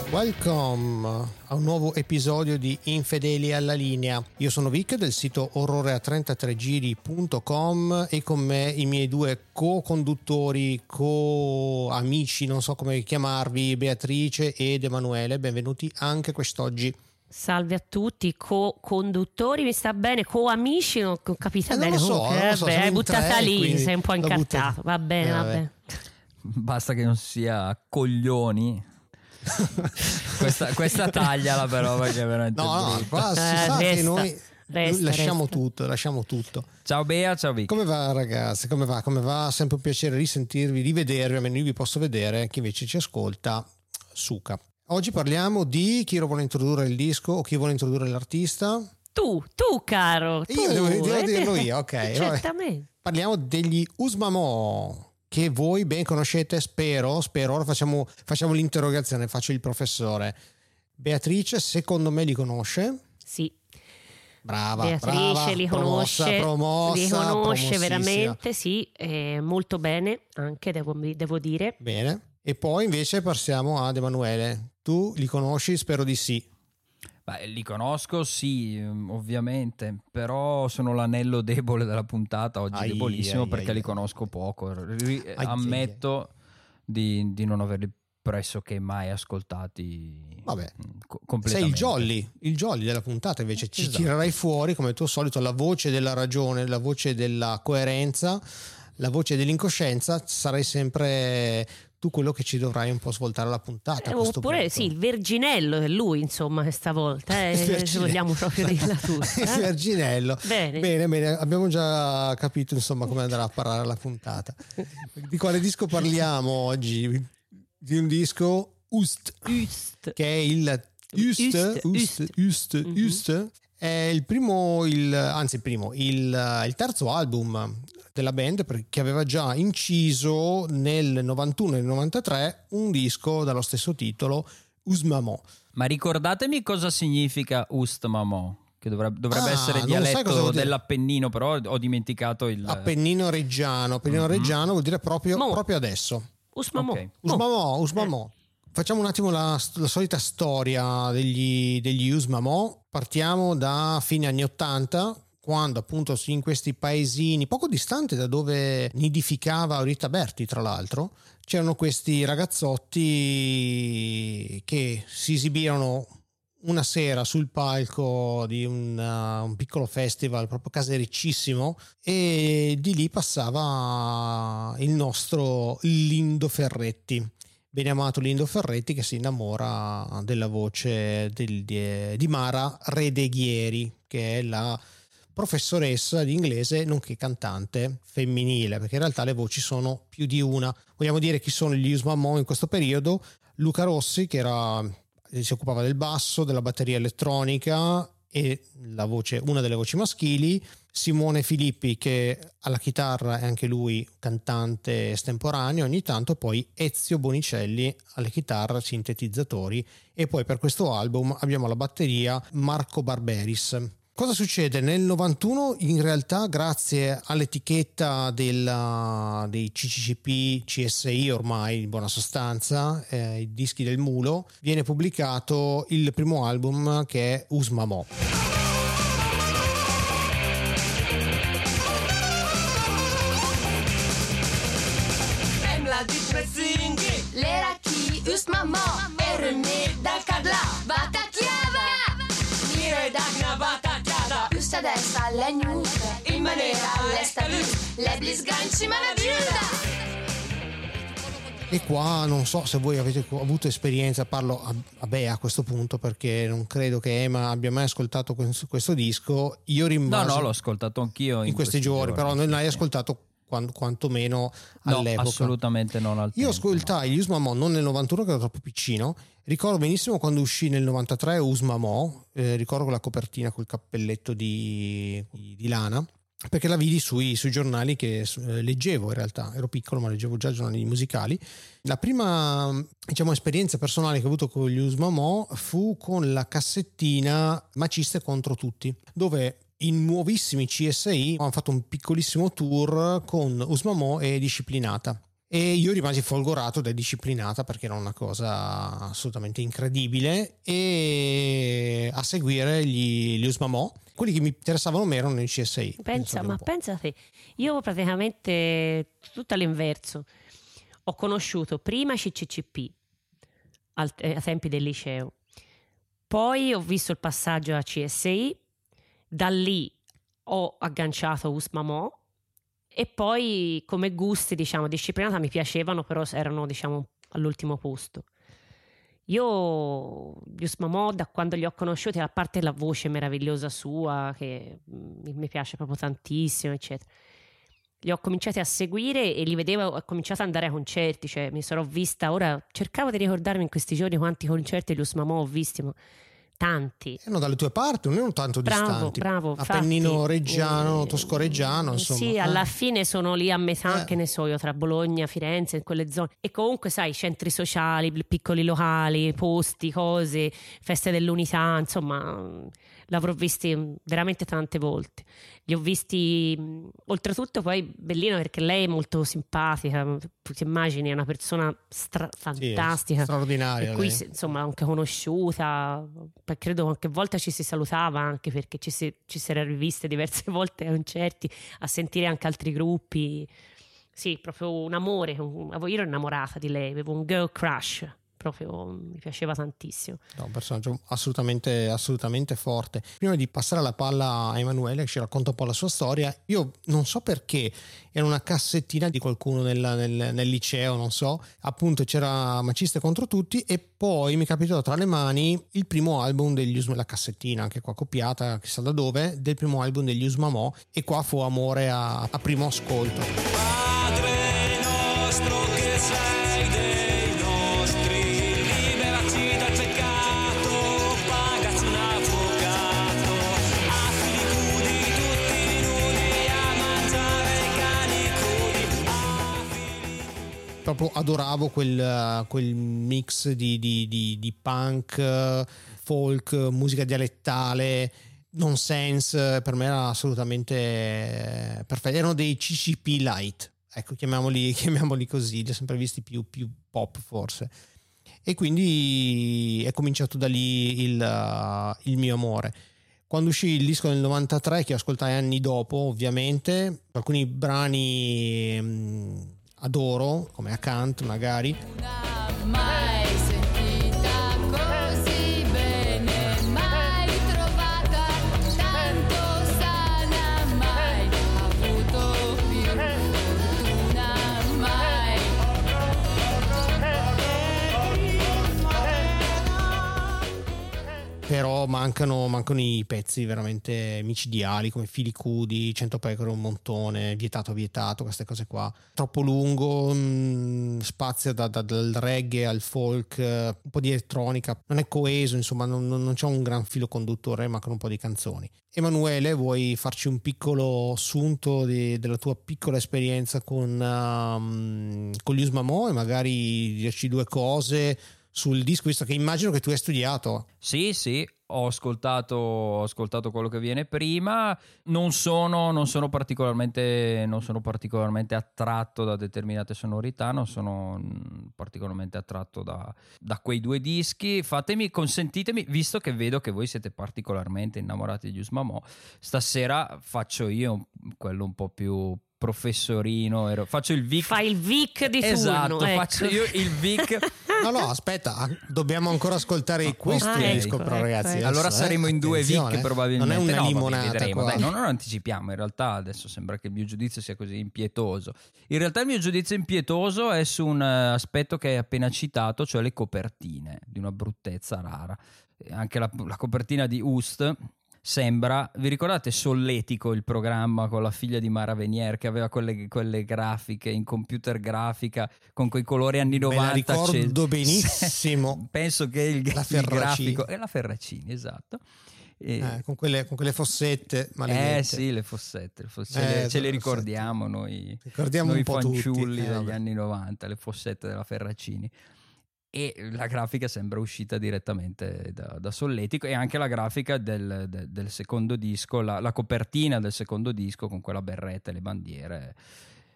Welcome a un nuovo episodio di Infedeli alla linea. Io sono Vic del sito orrorea33giri.com e con me i miei due co-conduttori, co-amici, non so come chiamarvi, Beatrice ed Emanuele. Benvenuti anche quest'oggi. Salve a tutti, co-conduttori, mi sta bene, co-amici, non ho capito bene. Non lo so, hai buttata tre, lì, sei un po' incartato, va bene, va bene. Basta che non sia coglioni. questa tagliala però, perché è veramente qua si sa che noi lasciamo tutto. Ciao Bea, ciao Vic. Come va ragazzi? Come va? Sempre un piacere risentirvi, rivedervi, almeno io vi posso vedere, chi invece ci ascolta suca. Oggi parliamo di chi lo vuole introdurre il disco o chi vuole introdurre l'artista. Tu caro, tu. Io devo dirlo io, ok. Certamente. Parliamo degli Usmamo, che voi ben conoscete, spero. Ora facciamo l'interrogazione, faccio il professore. Beatrice secondo me li conosce. Sì. Brava, Beatrice li conosce, promossissima. Veramente, sì, molto bene, anche devo dire. Bene. E poi invece passiamo ad Emanuele. Tu li conosci? Spero di sì. Beh, li conosco, sì, ovviamente, però sono l'anello debole della puntata oggi, debolissimo perché li conosco poco. Ammetto di non averli pressoché mai ascoltati. Vabbè, completamente. Sei il jolly della puntata, invece ci tirerai fuori come al tuo solito la voce della ragione, la voce della coerenza, la voce dell'incoscienza. Sarai sempre tu quello che ci dovrai un po' svoltare la puntata. Oppure sì, il verginello è lui, insomma, questa volta, se vogliamo proprio dirla tutta. Il verginello. Bene, abbiamo già capito insomma come andrà a parlare la puntata. Di quale disco parliamo oggi? Di un disco Ust. Che è il Ust. È il terzo album della band, che aveva già inciso nel 91 e nel 93 un disco dallo stesso titolo, Usmamo. Ma ricordatemi cosa significa Usmamo, che dovrebbe essere dialetto dell'Appennino, però ho dimenticato il Appennino reggiano. Reggiano vuol dire proprio adesso. Usmamo. Okay. Usmamo. Facciamo un attimo la solita storia degli Usmamo. Partiamo da fine anni 80, quando appunto in questi paesini poco distanti da dove nidificava Aurita Berti, tra l'altro, c'erano questi ragazzotti che si esibirono una sera sul palco di un piccolo festival proprio casericissimo, e di lì passava il nostro Lindo Ferretti, bene amato Lindo Ferretti, che si innamora della voce di Mara Redeghieri, che è la professoressa di inglese nonché cantante femminile, perché in realtà le voci sono più di una. Vogliamo dire chi sono gli Usmamo in questo periodo? Luca Rossi, che si occupava del basso, della batteria elettronica e una delle voci maschili, Simone Filippi, che alla chitarra è anche lui cantante estemporaneo ogni tanto, poi Ezio Bonicelli alle chitarre, sintetizzatori, e poi per questo album abbiamo alla batteria Marco Barberis. Cosa succede? Nel 91 in realtà, grazie all'etichetta dei CCCP, CSI ormai in buona sostanza, i dischi del Mulo, viene pubblicato il primo album, che è Usmamo. Lera ki Usmamo ermi dal kadla batakiava mire dagna batakiava usta destra legnuta in maniera all'esta le blisganci managiuda. E qua non so se voi avete avuto esperienza, parlo a Bea a questo punto, perché non credo che Emma abbia mai ascoltato questo disco. Io rimasi No, l'ho ascoltato anch'io in questi giorni, però non l'hai ascoltato quantomeno all'epoca. No, assolutamente non al tempo. Io ascoltai gli Usmamo non nel 91, che ero troppo piccino. Ricordo benissimo quando uscì nel 93 Usmamo, ricordo con la copertina col cappelletto di lana, perché la vidi sui giornali che leggevo. In realtà ero piccolo, ma leggevo già giornali musicali. La prima, esperienza personale che ho avuto con gli Usmamo fu con la cassettina Maciste contro tutti, dove i nuovissimi CSI hanno fatto un piccolissimo tour con Usmamo e Disciplinata. E io rimasi folgorato ed disciplinata, perché era una cosa assolutamente incredibile. E a seguire gli Usmamò, quelli che mi interessavano meno erano i CSI. Pensa a te, io praticamente tutto all'inverso. Ho conosciuto prima CCCP ai tempi del liceo, poi ho visto il passaggio a CSI, da lì ho agganciato Usmamò, e poi come gusti, diciamo, disciplinata mi piacevano, però erano, diciamo, all'ultimo posto. Io Usmamò, da quando li ho conosciuti, a parte la voce meravigliosa sua che mi piace proprio tantissimo, eccetera, li ho cominciati a seguire e li vedevo, ho cominciato ad andare ai concerti, cioè mi sono vista, ora cercavo di ricordarmi in questi giorni quanti concerti di Usmamò ho visti, ma tanti. Erano dalle tue parti, non tanto distanti. Bravo. Appennino reggiano, tosco-reggiano, insomma. Sì, alla fine sono lì a metà, che ne so io, tra Bologna, Firenze, in quelle zone. E comunque, sai, centri sociali, piccoli locali, posti, cose, feste dell'unità, insomma, l'avrò visti veramente tante volte. Li ho visti, oltretutto poi bellino perché lei è molto simpatica, tu ti immagini, è una persona fantastica, sì, straordinaria. E qui, insomma, anche conosciuta, credo qualche volta ci si salutava, anche perché ci si era riviste diverse volte ai concerti, a sentire anche altri gruppi. Sì, proprio un amore, io ero innamorata di lei, avevo un girl crush, proprio mi piaceva tantissimo. No, un personaggio assolutamente forte. Prima di passare la palla a Emanuele, che ci racconta un po' la sua storia, io non so perché era una cassettina di qualcuno nel liceo, non so, appunto c'era Maciste contro tutti, e poi mi capitò tra le mani il primo album degli Usmamò, la cassettina anche qua copiata chissà da dove, del primo album degli Usmamò, e qua fu amore a primo ascolto. Padre nostro che sei dei nostri, liberaci dal peccato, pagaci un avvocato, affili crudi tutti nudi a mangiare cani crudi. Proprio adoravo quel mix di punk, folk, musica dialettale, nonsense. Per me era assolutamente perfetto. Erano dei CCP light, ecco, chiamiamoli così. Li ho sempre visti più pop forse, e quindi è cominciato da lì il mio amore. Quando uscì il disco nel 93, che ascoltai anni dopo, ovviamente, alcuni brani adoro, come Acant magari. Mai sentita così bene, mai trovata tanto sana, mai avuto più fortuna, mai. Però mancano i pezzi veramente micidiali, come Filicudi, 100 pecore un montone, Vietato, queste cose qua. Troppo lungo, spazia dal reggae al folk, un po' di elettronica, non è coeso, insomma non c'è un gran filo conduttore, mancano un po' di canzoni. Emanuele, vuoi farci un piccolo assunto della tua piccola esperienza con gli Usmamò e magari dirci due cose sul disco, visto che immagino che tu hai studiato? Sì, ho ascoltato quello che viene prima. Non sono particolarmente attratto da determinate sonorità, non sono particolarmente attratto da quei due dischi. Consentitemi, visto che vedo che voi siete particolarmente innamorati di Usmamò, stasera faccio io quello un po' più professorino, faccio il Vic. Fai il Vic di turno. Esatto, ecco. faccio io il Vic. No, aspetta, dobbiamo ancora ascoltare questo disco, però ragazzi. Ecco. Allora saremo in due Vic probabilmente. Non è una limonata, vedremo. qua. Dai, non anticipiamo. In realtà adesso sembra che il mio giudizio sia così impietoso. In realtà il mio giudizio impietoso è su un aspetto che hai appena citato, cioè le copertine, di una bruttezza rara. Anche la copertina di Ust sembra, vi ricordate Solletico, il programma con la figlia di Mara Venier, che aveva quelle grafiche in computer grafica con quei colori anni 90? Me la ricordo benissimo. Penso che il grafico è la Ferracini, esatto. Con quelle fossette maledette. Sì, le fossette ce le ricordiamo noi un po' fanciulli tutti. degli anni 90, le fossette della Ferracini. E la grafica sembra uscita direttamente da Solletico, e anche la grafica del secondo disco, la copertina del secondo disco con quella berretta e le bandiere,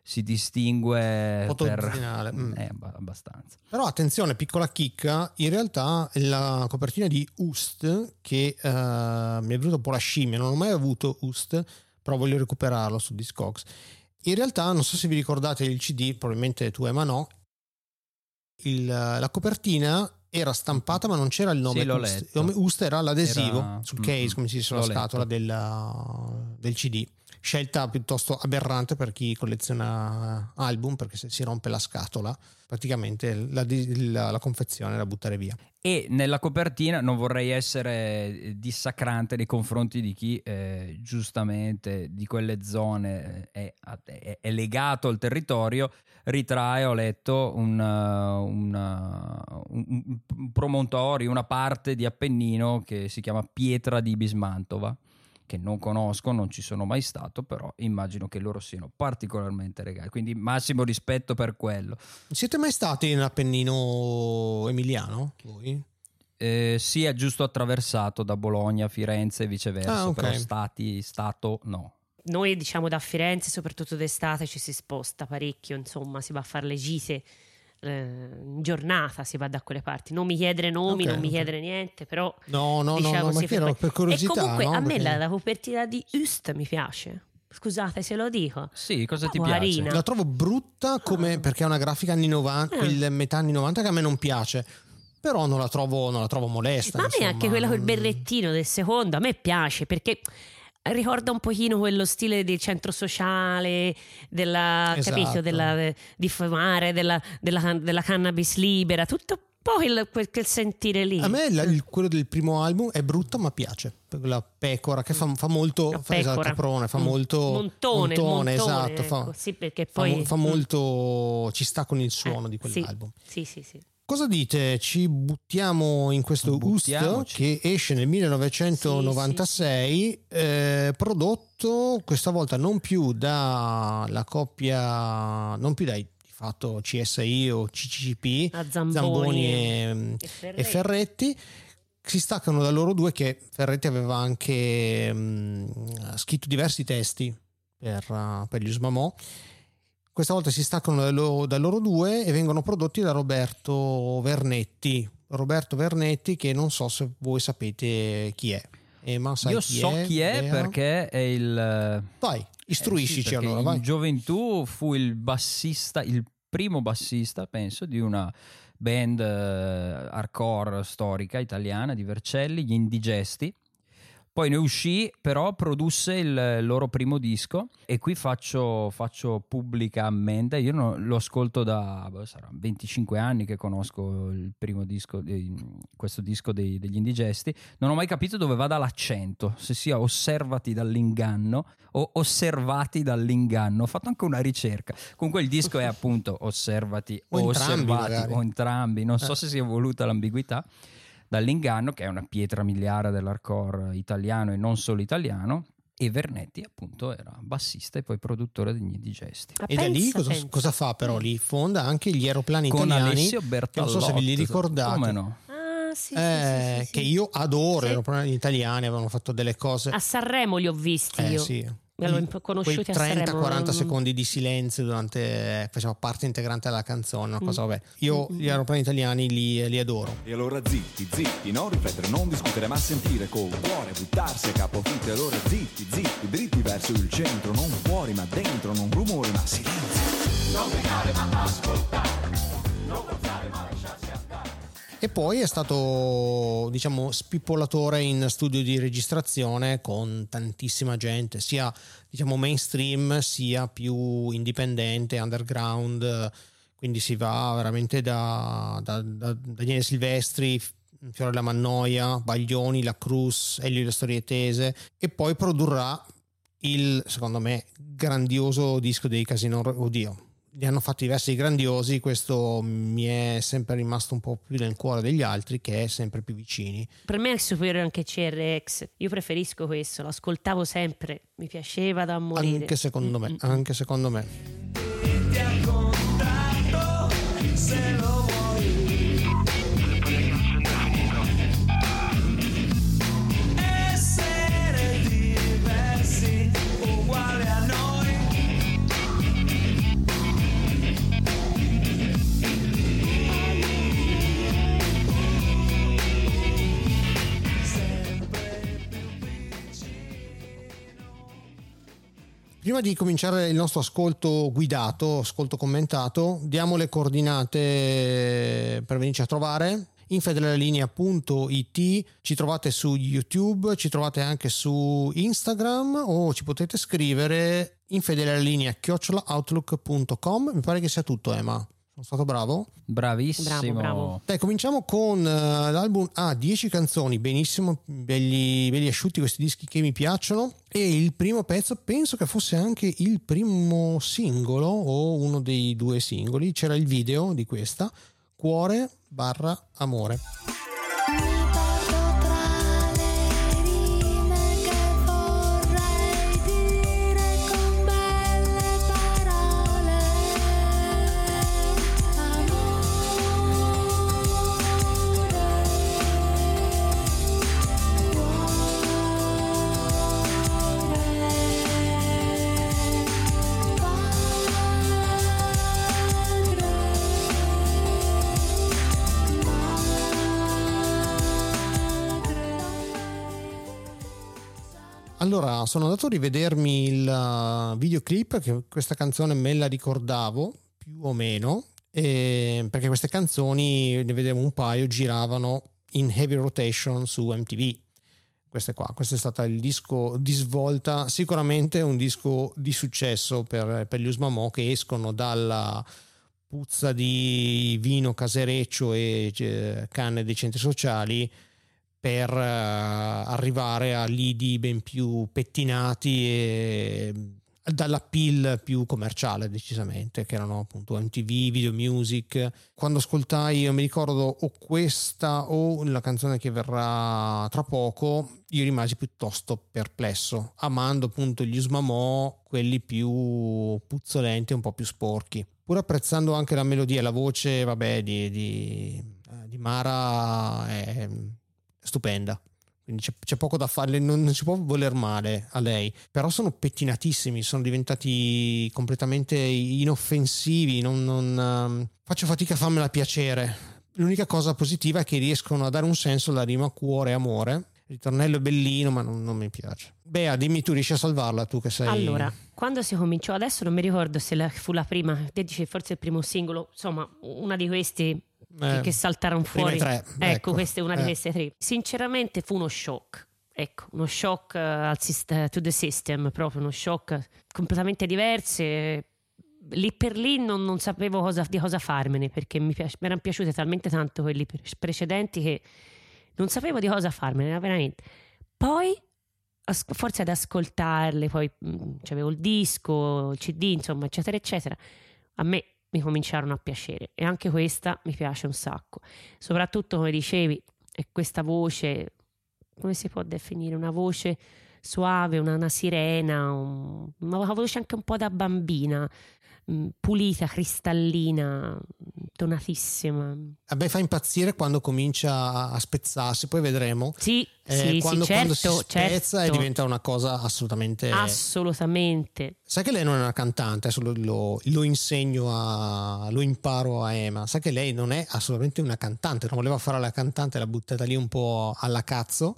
si distingue originale. Abbastanza. Però attenzione, piccola chicca, in realtà la copertina di Ust, che mi è venuta un po' la scimmia, non ho mai avuto Ust, però voglio recuperarlo su Discogs. In realtà, non so se vi ricordate il CD, probabilmente tu Emma no, la copertina era stampata ma non c'era il nome. Sì, l'ho Ust. letto. Il nome Ust era l'adesivo sul case, come si dice, sulla l'ho scatola del CD. Scelta piuttosto aberrante per chi colleziona album, perché se si rompe la scatola praticamente la confezione la buttare via. E nella copertina, non vorrei essere dissacrante nei confronti di chi giustamente di quelle zone è legato al territorio, ritrae, ho letto, un promontorio, una parte di Appennino che si chiama Pietra di Bismantova, che non conosco, non ci sono mai stato, però immagino che loro siano particolarmente legati, quindi massimo rispetto per quello. Siete mai stati in Appennino emiliano voi? Sì, è giusto attraversato da Bologna, Firenze e viceversa, okay. però stato no. Noi diciamo da Firenze, soprattutto d'estate, ci si sposta parecchio, insomma, si va a fare le gite in giornata, si va da quelle parti. Non mi chiedere nomi, non mi chiedere niente, però no, diciamo, ma chiedo per curiosità. E comunque a me perché... la copertina di Ust mi piace. Scusate se lo dico. Sì, cosa ti carina. piace? La trovo brutta perché è una grafica anni 90, quel metà anni 90 che a me non piace. Però non la trovo molesta. Ma a me anche quella col berrettino del secondo, a me piace perché ricorda un pochino quello stile del centro sociale, Esatto. capito? Di fumare, della cannabis libera, tutto un po' quel sentire lì. A me quello del primo album è brutto ma piace. La pecora che fa molto, esatto, caprone, fa molto montone, esatto, ecco. Sì, perché poi fa molto, ci sta con il suono di quell'album. Sì. Cosa dite? Ci buttiamo in questo Ust che esce nel 1996, prodotto questa volta non più dalla coppia, non più dai di fatto CSI o CCCP, Zamboni e Ferretti. Si staccano da loro due, che Ferretti aveva anche scritto diversi testi per gli Usmamò. Questa volta si staccano da loro due e vengono prodotti da Roberto Vernetti, che non so se voi sapete chi è. Emma, sai Io chi so è? chi è perché è il... Vai, istruiscici allora, vai. In gioventù fu il primo bassista, penso, di una band hardcore storica italiana di Vercelli, gli Indigesti. Poi ne uscì, però produsse il loro primo disco, e qui faccio pubblica ammenda. Io lo ascolto da saranno 25 anni che conosco il primo disco, questo disco degli Indigesti. Non ho mai capito dove vada l'accento, se sia osservati dall'inganno o osservati dall'inganno. Ho fatto anche una ricerca. Comunque il disco è appunto osservati o osservati magari. O entrambi. Non so se sia voluta l'ambiguità. Dall'inganno, che è una pietra miliare dell'hardcore italiano e non solo italiano, e Vernetti appunto era bassista e poi produttore degli Indigesti. E da lì cosa fa però? Lì fonda anche gli Aeroplani con Italiani, Alessio che Bertallotto, non so se ve li ricordate. Come no? Sì. Che io adoro. Gli Aeroplani Italiani avevano fatto delle cose. A Sanremo li ho visti io. Sì. Me l'ho conosciuti a Sanremo. 30-40 secondi di silenzio faceva parte integrante della canzone, una cosa, vabbè. Io gli Aeroplani Italiani li adoro. E allora zitti, non riflettere, non discutere, ma sentire col cuore, buttarsi a capofitto. E allora zitti, dritti verso il centro, non fuori ma dentro, non rumore ma silenzio. Non gridare ma ascoltare, non forzare ma lasciarsi andare. E poi è stato, diciamo, spippolatore in studio di registrazione con tantissima gente, sia diciamo mainstream sia più indipendente, underground, quindi si va veramente da Daniele Silvestri, Fiorella Mannoia, Baglioni, La Cruz, Elio e le Storie Tese, e poi produrrà il, secondo me, grandioso disco dei Casino. Oddio, ne hanno fatti diversi grandiosi, questo mi è sempre rimasto un po' più nel cuore degli altri, che è Sempre più vicini. Per me è superiore anche CRX, io preferisco questo, l'ascoltavo sempre, mi piaceva da morire. Anche secondo me. Ti ha contato, se lo vuoi. Essere diversi, uguale a noi. Prima di cominciare il nostro ascolto guidato, ascolto commentato, diamo le coordinate per venirci a trovare. infedelalinea.it, ci trovate su YouTube, ci trovate anche su Instagram o ci potete scrivere infedelalinea@outlook.com. Mi pare che sia tutto, Emma. Sono stato bravo? Bravissimo. Bravo. Dai, cominciamo con l'album 10 canzoni, benissimo, belli asciutti questi dischi che mi piacciono. E il primo pezzo penso che fosse anche il primo singolo o uno dei due singoli, c'era il video di questa, Cuore/Amore. Mi perdo tra le rime che vorrei dire con belle parole. Allora, sono andato a rivedermi il videoclip, che questa canzone me la ricordavo più o meno, perché queste canzoni, ne vedevo un paio, giravano in heavy rotation su MTV. Questo è stato il disco di svolta, sicuramente un disco di successo per gli Usmamò, che escono dalla puzza di vino casereccio e canne dei centri sociali per arrivare a lidi ben più pettinati e dall'appeal più commerciale, decisamente, che erano appunto MTV, Video Music. Quando ascoltai, io mi ricordo, o questa o la canzone che verrà tra poco, io rimasi piuttosto perplesso, amando appunto gli Usmamò, quelli più puzzolenti, un po' più sporchi, pur apprezzando anche la melodia e la voce, vabbè, di Mara è stupenda, quindi c'è poco da fare, non si può voler male a lei, però sono pettinatissimi, sono diventati completamente inoffensivi, non faccio fatica a farmela piacere. L'unica cosa positiva è che riescono a dare un senso alla rima cuore-amore. Il ritornello è bellino, ma non mi piace. Bea, dimmi tu, riesci a salvarla, tu che sei... Allora, quando si cominciò, adesso non mi ricordo se fu la prima, te dici forse il primo singolo, insomma una di questi che saltarono fuori. Tre, ecco, questa è una di queste tre. Sinceramente fu uno shock. Ecco, uno shock to the system, proprio uno shock completamente diverso. Lì per lì non sapevo di cosa farmene, perché mi erano piaciute talmente tanto quelli precedenti che non sapevo di cosa farmene, veramente. Poi, forse ad ascoltarle, poi c'avevo il disco, il CD, insomma, eccetera, eccetera. A me mi cominciarono a piacere, e anche questa mi piace un sacco, soprattutto come dicevi, è questa voce, come si può definire, una voce suave, una sirena, una voce anche un po' da bambina, pulita, cristallina, tonatissima. A me fa impazzire quando comincia a spezzarsi, poi vedremo. Sì, quando si spezza certo. e diventa una cosa assolutamente... Assolutamente. Sai che lei non è una cantante, adesso lo insegno lo imparo a Emma. Sai che lei non è assolutamente una cantante, non voleva fare la cantante, l'ha buttata lì un po' alla cazzo,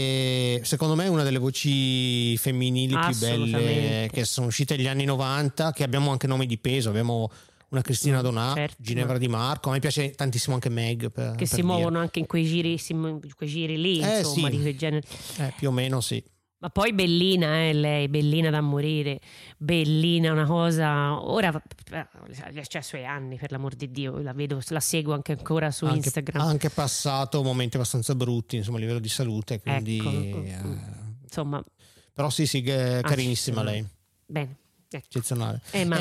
e secondo me è una delle voci femminili più belle che sono uscite negli anni 90, che abbiamo anche nomi di peso, abbiamo una Cristina Donà, certo, Ginevra Di Marco, a me piace tantissimo anche Meg, che si muovono anche in quei giri lì, insomma, sì. di quel genere. Più o meno sì. Ma poi bellina, lei, bellina da morire, bellina, una cosa. Ora c'ha i suoi anni, per l'amor di Dio, la vedo, la seguo anche ancora su Instagram. Ha anche passato momenti abbastanza brutti, insomma, a livello di salute, quindi insomma. Però sì, carinissima lei. Bene. Ecco. Eccezionale. Emma.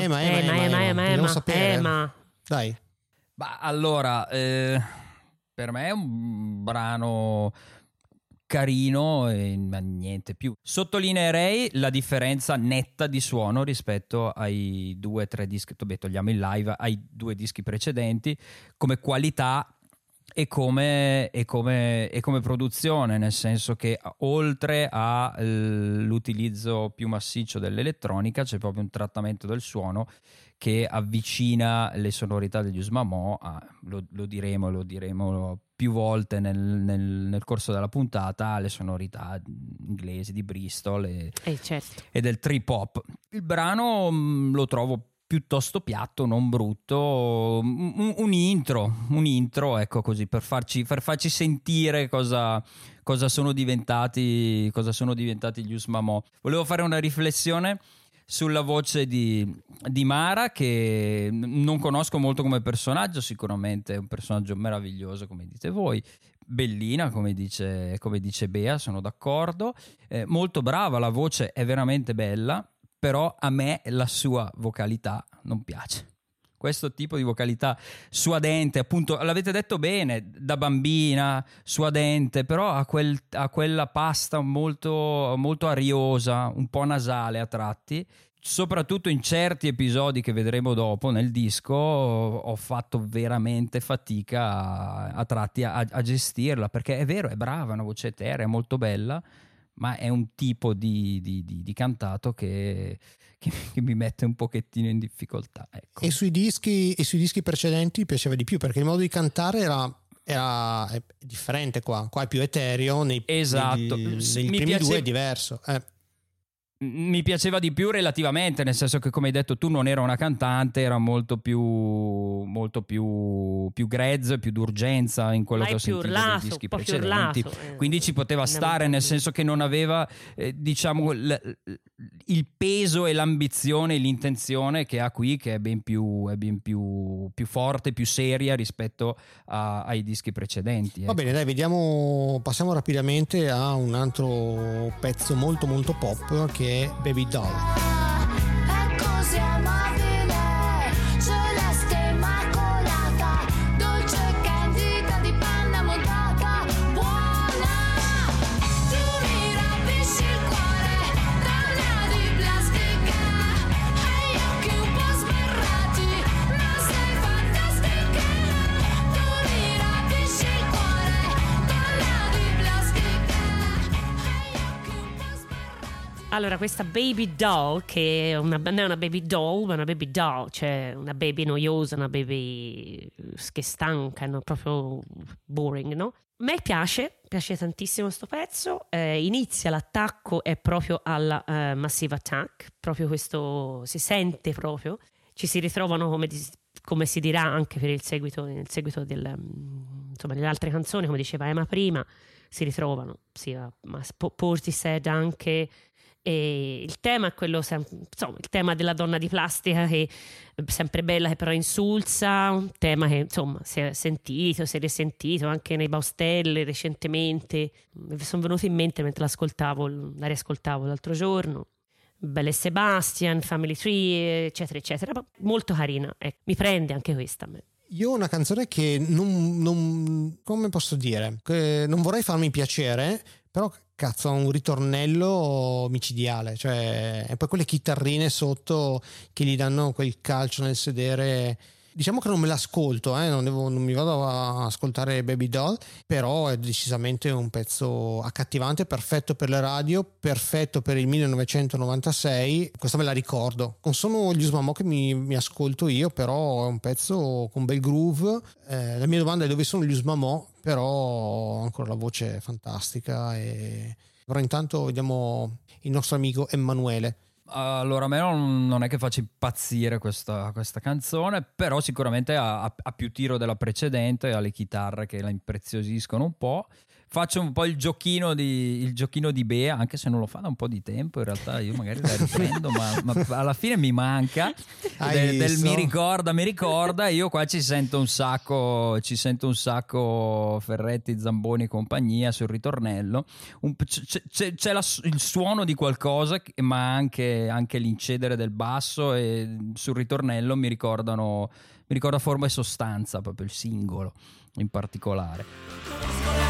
Dai. Ma allora, per me è un brano carino e niente più. Sottolineerei la differenza netta di suono rispetto ai 2 o 3 dischi, togliamo il live, ai 2 dischi precedenti, come qualità e come produzione, nel senso che oltre all'utilizzo più massiccio dell'elettronica c'è proprio un trattamento del suono che avvicina le sonorità degli Usmamò lo diremo più volte nel corso della puntata, alle sonorità inglesi di Bristol certo. e del trip hop. Il brano lo trovo piuttosto piatto, non brutto, un intro, ecco, così, per farci sentire cosa sono diventati gli Usmamò. Volevo fare una riflessione sulla voce di Mara, che non conosco molto come personaggio, sicuramente è un personaggio meraviglioso, come dite voi, bellina, come dice Bea, sono d'accordo, molto brava, la voce è veramente bella, però a me la sua vocalità non piace. Questo tipo di vocalità suadente, appunto, l'avete detto bene, da bambina, suadente, però ha quella pasta molto, molto ariosa, un po' nasale a tratti. Soprattutto in certi episodi che vedremo dopo nel disco ho fatto veramente fatica a tratti a gestirla, perché è vero, è brava, è una voce eterea, è molto bella, ma è un tipo di cantato che mi mette un pochettino in difficoltà, ecco. E sui dischi precedenti piaceva di più, perché il modo di cantare era differente qua è più etereo, esatto. Nei primi due è diverso. Mi piaceva di più relativamente, nel senso che, come hai detto tu, non era una cantante, era molto più grezzo, più d'urgenza in quello che ho sentito dei dischi precedenti, quindi ci poteva stare, nel senso che non aveva diciamo il peso e l'ambizione e l'intenzione che ha qui, che è ben più forte, più seria rispetto ai dischi precedenti, ecco. Va bene, dai, passiamo rapidamente a un altro pezzo molto molto pop, che è Baby Doll. È così amabile, celeste immacolata, dolce e candida di panna montata, buona. Tu mi rapisci il cuore, donna di plastica, hai gli occhi un po' sbarrati, ma sei fantastica. Tu mi rapisci il cuore, donna di plastica, hai gli occhi un po' sbarrati. Allora, questa Baby Doll, che non è una baby doll, ma una baby doll, cioè una baby noiosa, una baby che stanca, no? Proprio boring, no? A me piace tantissimo sto pezzo. Inizia l'attacco è proprio alla Massive Attack, proprio questo si sente proprio, ci si ritrovano come si dirà anche per nel seguito insomma, nelle altre canzoni, come diceva Emma prima, si ritrovano sia Portishead anche. E il tema è quello, insomma, il tema della donna di plastica, che è sempre bella che però insulsa, un tema che insomma si è risentito anche nei Baustelle recentemente. Mi sono venuti in mente mentre la riascoltavo l'altro giorno. Belle Sebastian, Family Tree, eccetera eccetera, molto carina, mi prende anche questa a me. Io ho una canzone che non come posso dire, che non vorrei farmi piacere, però cazzo, ha un ritornello micidiale, cioè è poi quelle chitarrine sotto che gli danno quel calcio nel sedere. Diciamo che non me l'ascolto, non mi vado a ascoltare Baby Doll, però è decisamente un pezzo accattivante, perfetto per le radio, perfetto per il 1996, questa me la ricordo. Non sono gli Usmamò che mi ascolto io, però è un pezzo con bel groove. La mia domanda è: dove sono gli Usmamò? Però ancora la voce è fantastica. Però intanto vediamo il nostro amico Emanuele. Allora, a me non è che faccia impazzire questa canzone, però sicuramente ha più tiro della precedente, ha le chitarre che la impreziosiscono un po'. Faccio un po' il giochino di Bea, anche se non lo fa da un po' di tempo, in realtà io magari la riprendo, ma alla fine mi manca mi ricorda, io qua ci sento un sacco Ferretti, Zamboni e compagnia sul ritornello. C'è il suono di qualcosa, ma anche l'incedere del basso, e sul ritornello mi ricorda Forma e Sostanza, proprio il singolo in particolare.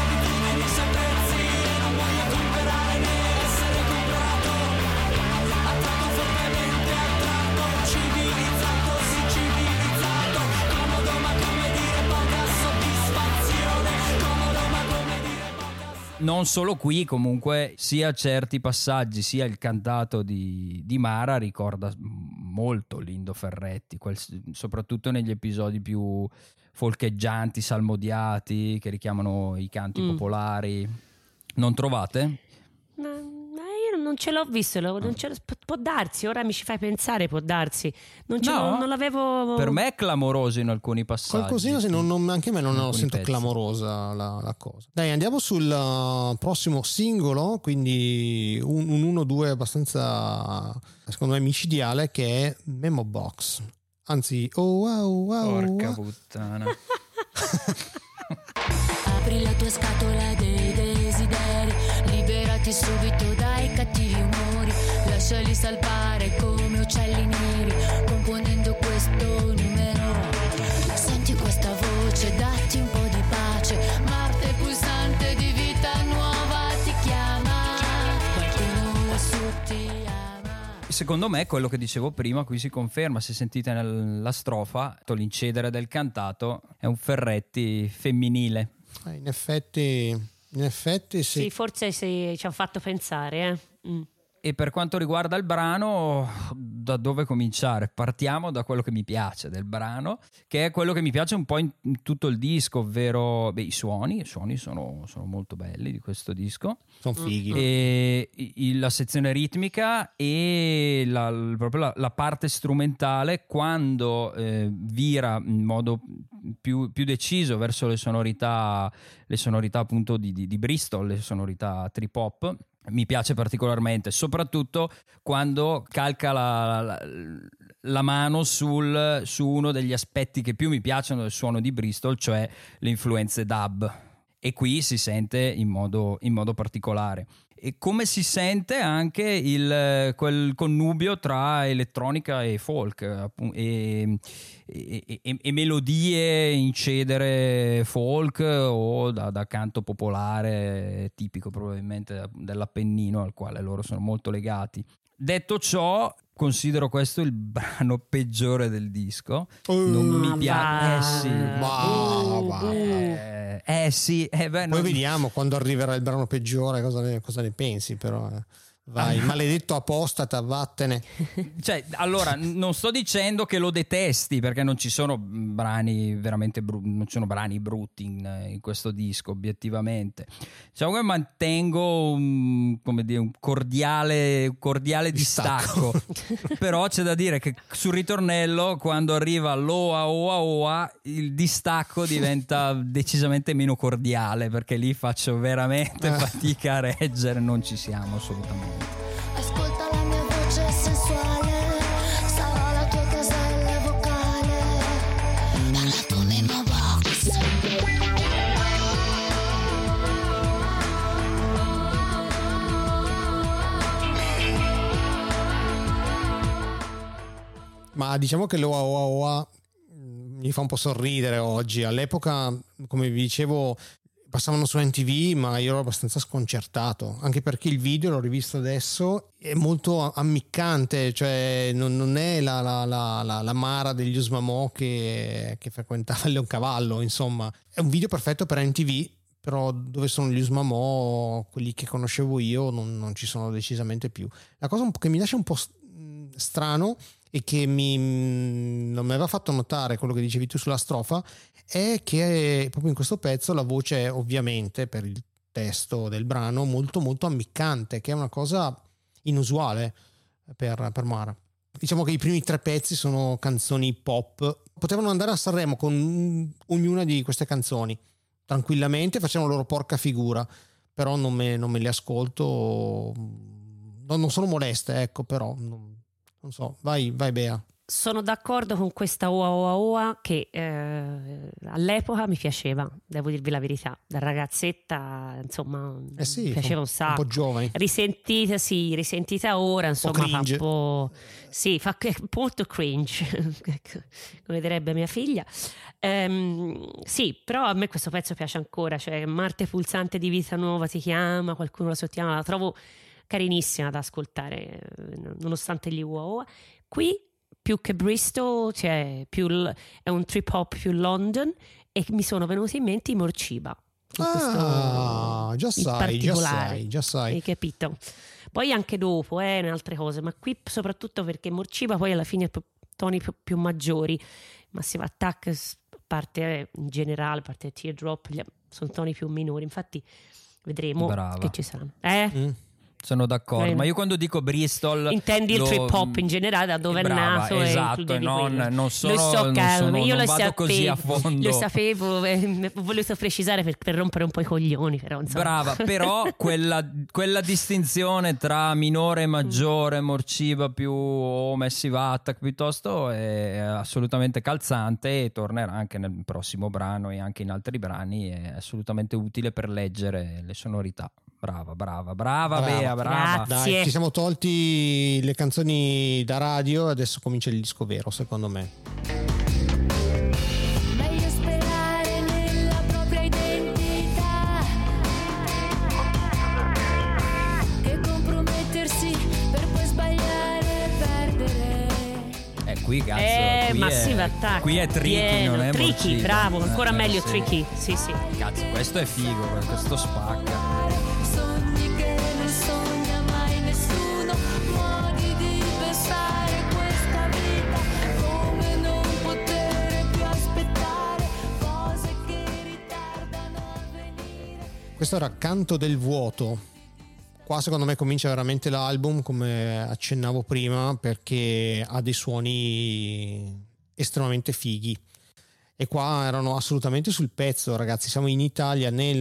Non solo qui, comunque, sia certi passaggi sia il cantato di Mara ricorda molto Lindo Ferretti, soprattutto negli episodi più folcheggianti, salmodiati, che richiamano i canti popolari. Non trovate? Io non ce l'ho visto, può darsi, ora mi ci fai pensare, può darsi. Non l'avevo. Per me è clamoroso in alcuni passaggi. Qualcosina, sì, anche a me non lo sento pezzi. Clamorosa la cosa. Dai, andiamo sul prossimo singolo, quindi un 1-2 abbastanza, secondo me, micidiale, che è Memo Box. Anzi, porca puttana. Apri la tua scatola dei desideri, liberati subito dai cattivi umori, lasciali salpare come uccelli neri, componendo questo numero. Senti questa voce, datti un po' di pace, Marte pulsante di vita nuova ti chiama, qualcuno lassù ti ama. Secondo me quello che dicevo prima qui si conferma, se sentite nella strofa, l'incedere del cantato è un Ferretti femminile. In effetti sì. Sì, forse ci ha fatto pensare. E per quanto riguarda il brano, da dove cominciare? Partiamo da quello che mi piace del brano, che è quello che mi piace un po' in tutto il disco, ovvero i suoni sono molto belli di questo disco. Sono fighi. E la sezione ritmica e proprio la parte strumentale, quando vira in modo più deciso verso le sonorità appunto di Bristol, le sonorità trip hop. Mi piace particolarmente, soprattutto quando calca la mano su uno degli aspetti che più mi piacciono del suono di Bristol, cioè le influenze dub, e qui si sente in modo particolare. E come si sente anche quel connubio tra elettronica e folk e melodie in cedere folk o da canto popolare tipico probabilmente dell'Appennino, al quale loro sono molto legati. Detto ciò, considero questo il brano peggiore del disco. Non mi piace. Sì. Poi vediamo quando arriverà il brano peggiore cosa ne pensi, però. Vai, maledetto apostata, vattene. Cioè, allora, non sto dicendo che lo detesti, perché non ci sono brani veramente non ci sono brani brutti in questo disco, obiettivamente. Diciamo che mantengo un cordiale distacco. Però c'è da dire che sul ritornello, quando arriva l'oa oa oa, il distacco diventa decisamente meno cordiale, perché lì faccio veramente fatica a reggere, non ci siamo assolutamente. Ascolta la mia voce sensuale, sarà la tua casella vocale, parla tu Memo Box. Ma diciamo che l'oa oa oa mi fa un po' sorridere oggi. All'epoca, come vi dicevo, passavano su MTV, ma io ero abbastanza sconcertato, anche perché il video, l'ho rivisto adesso, è molto ammiccante, cioè non è la Mara degli Usmamò che frequentava il Leoncavallo, insomma. È un video perfetto per MTV, però dove sono gli Usmamò, quelli che conoscevo io, non ci sono decisamente più. La cosa che mi lascia un po' strano e che non mi aveva fatto notare quello che dicevi tu sulla strofa è che proprio in questo pezzo la voce è, ovviamente per il testo del brano, molto molto ammiccante, che è una cosa inusuale per Mara. Diciamo che i primi 3 pezzi sono canzoni pop, potevano andare a Sanremo con ognuna di queste canzoni tranquillamente, facevano loro porca figura, però non me le ascolto, non sono moleste, ecco, però non so, vai Bea. Sono d'accordo con questa oa oa oa che all'epoca mi piaceva, devo dirvi la verità, da ragazzetta, insomma, mi piaceva un sacco. Un po' giovane. Risentita ora, insomma, fa un po', sì, fa molto cringe, come direbbe mia figlia. Sì, però a me questo pezzo piace ancora, cioè Marte pulsante di vita nuova ti chiama, qualcuno la sottochiama, la trovo carinissima da ascoltare, nonostante gli oa oa. Qui più che Bristol, cioè è un trip hop più London, e mi sono venuti in mente i Morciba. Già sai. Hai capito? poi anche dopo in altre cose, ma qui soprattutto perché Morciba poi alla fine toni più maggiori. Massive Attack, a parte in generale, a parte Teardrop, sono toni più minori, infatti vedremo che ci saranno. Sono d'accordo, ma io quando dico Bristol intendi il trip hop in generale, da dove è nato, esatto, non vado così a fondo. Lo sapevo, volevo precisare per rompere un po' i coglioni, però insomma. Brava, però quella distinzione tra minore e maggiore, Morciba più o Massive Attack piuttosto, è assolutamente calzante e tornerà anche nel prossimo brano e anche in altri brani, è assolutamente utile per leggere le sonorità. Brava Bea, brava. Dai, ci siamo tolti le canzoni da radio, adesso comincia il disco vero, secondo me. Meglio sperare nella propria identità che compromettersi per poi sbagliare e perdere. Qui cazzo, Massive Attack, qui è tricky, non è tricky, Morciba. bravo, ancora meglio, sì. Tricky, sì. Cazzo, questo è figo, questo spacca. Sogni che non sogna mai nessuno, modi di pensare questa vita, come non poter più aspettare cose che ritardano a venire. Questo era Canto del vuoto. Qua secondo me comincia veramente l'album, come accennavo prima, perché ha dei suoni estremamente fighi. E qua erano assolutamente sul pezzo, ragazzi. Siamo in Italia nel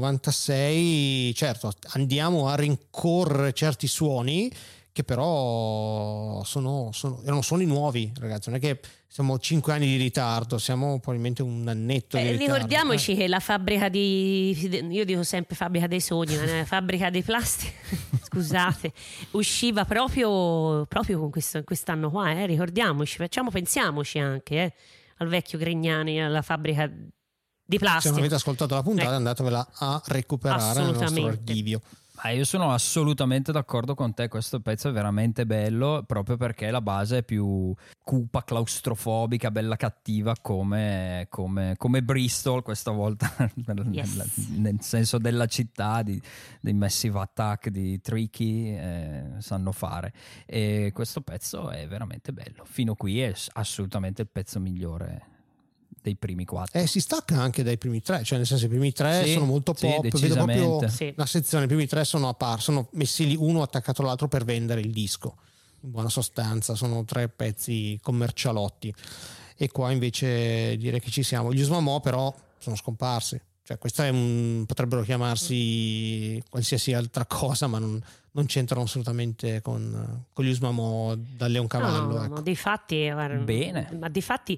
96, certo, andiamo a rincorrere certi suoni che però erano suoni nuovi, ragazzi. Non è che siamo 5 anni di ritardo, siamo probabilmente un annetto di ritardo. Ricordiamoci che la fabbrica io dico sempre fabbrica dei sogni, ma la fabbrica dei plastica scusate, usciva proprio con quest'anno qua, ricordiamoci, pensiamoci anche al vecchio Grignani, alla fabbrica di plastica. Se non avete ascoltato la puntata, andatevela a recuperare nel nostro archivio. Io sono assolutamente d'accordo con te, questo pezzo è veramente bello proprio perché la base è più cupa, claustrofobica, bella cattiva come Bristol questa volta, nel senso della città, dei Massive Attack, di Tricky, sanno fare, e questo pezzo è veramente bello, fino qui è assolutamente il pezzo migliore dei primi 4. Si stacca anche dai primi 3, cioè nel senso i primi 3 sono molto pop, vedo proprio la sezione, i primi 3 sono messi lì uno attaccato all'altro per vendere il disco, in buona sostanza sono 3 pezzi commercialotti, e qua invece direi che ci siamo. Gli Usmamo però sono scomparsi, cioè questa potrebbero chiamarsi qualsiasi altra cosa, ma non c'entrano assolutamente con gli Usmamo da Leoncavallo. No, dei fatti bene, ma di fatti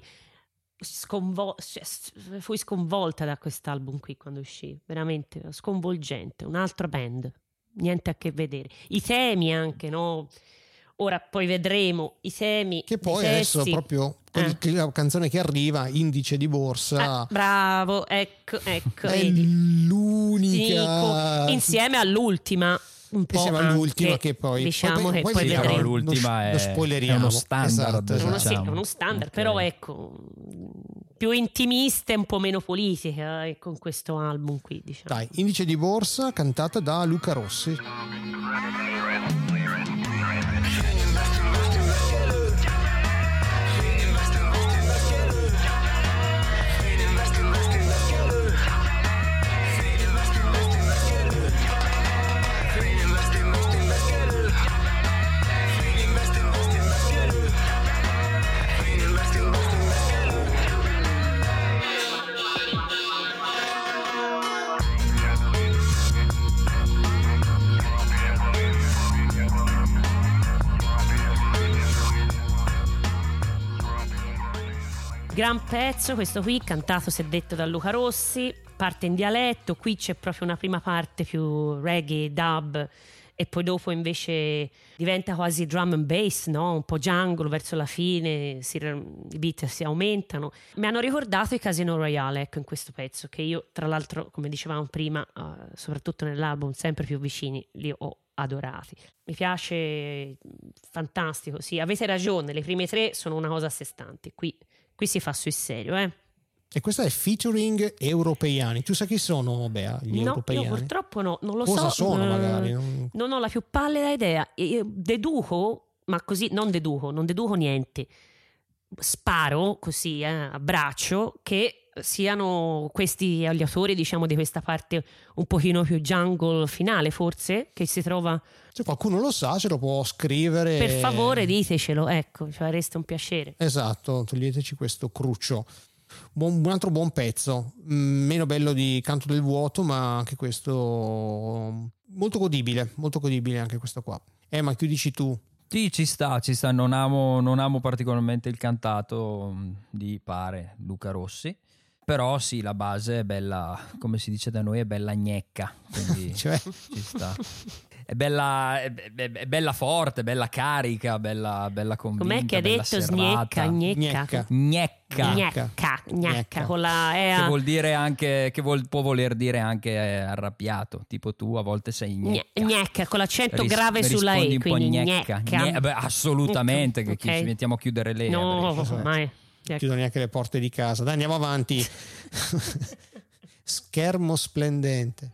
fui sconvolta da quest'album qui quando uscì, veramente sconvolgente, un'altra band, niente a che vedere, i temi anche, no? Ora poi vedremo i temi che poi adesso proprio la canzone che arriva, Indice di borsa, bravo, ecco è l'unica insieme all'ultima, un po' insieme all'ultima, che poi diciamo che poi vedremo. L'ultima lo spoileriamo, è uno standard, esatto. È uno standard, okay. Però ecco, più intimista e un po' meno politica con questo album qui, diciamo. Dai, Indice di borsa, cantata da Luca Rossi. Gran pezzo questo qui, cantato se detto da Luca Rossi, parte in dialetto, qui c'è proprio una prima parte più reggae, dub, e poi dopo invece diventa quasi drum and bass, no? Un po' jungle verso la fine, i beat si aumentano. Mi hanno ricordato i Casino Royale, ecco, in questo pezzo, che io tra l'altro, come dicevamo prima, soprattutto nell'album sempre più vicini, li ho adorati. Mi piace, fantastico, sì, avete ragione, le prime 3 sono una cosa a sé stante, qui si fa sul serio, E questa è featuring europeiani. Tu sai chi sono, Bea, gli europeiani? Io purtroppo no, non lo Cosa so. sono magari? Non ho la più pallida idea. Io deduco, ma così non deduco niente. Sparo così a braccio che siano questi gli autori, diciamo, di questa parte un pochino più jungle finale, forse, che si trova. Se qualcuno lo sa, ce lo può scrivere. Per favore, ditecelo, ecco, ci fareste un piacere. Esatto, toglieteci questo cruccio. Un altro buon pezzo, meno bello di Canto del Vuoto, ma anche questo molto godibile anche questo qua. Ma che dici tu? Sì, ci sta, non amo particolarmente il cantato di Luca Rossi, però sì, la base è bella, come si dice da noi, è bella gnecca, quindi cioè? Ci sta. È bella forte, bella carica, bella convinta. Com'è che ha detto gnecca? Gnecca con la che vuol dire anche, può voler dire anche arrabbiato, tipo tu a volte sei gnecca con l'accento grave sulla E, quindi gnecca. Assolutamente, che ci mettiamo a chiudere le mai. Chiudo neanche le porte di casa. Dai, andiamo avanti. Schermo splendente.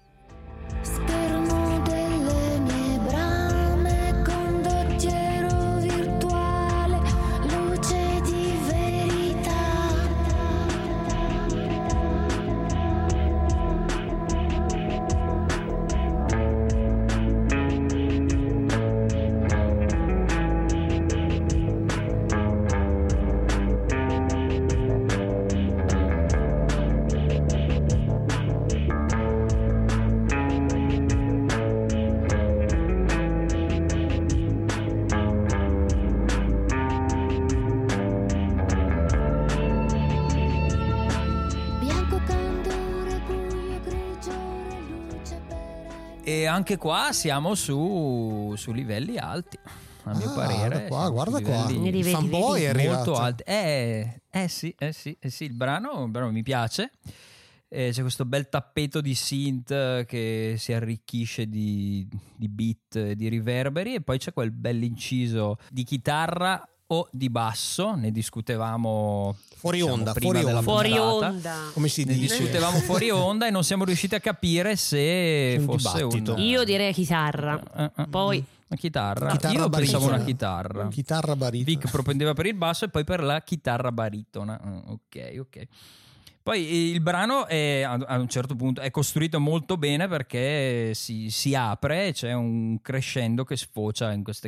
E anche qua siamo su livelli alti, a mio parere. Guarda qua. Il fanboy è arrivato. Molto alti. Sì, il brano mi piace. C'è questo bel tappeto di synth che si arricchisce di beat e di riverberi, e poi c'è quel bell'inciso di chitarra o di basso, ne discutevamo fuori onda. Come si ne dice? discutevamo fuori onda e non siamo riusciti a capire se fosse dibattito. Io direi chitarra. Poi una chitarra. Io baritona. pensavo una chitarra. Chitarra baritona. Vic propendeva per il basso e poi per la chitarra baritona. Ok. Poi il brano a un certo punto è costruito molto bene, perché si apre, c'è un crescendo che sfocia in questa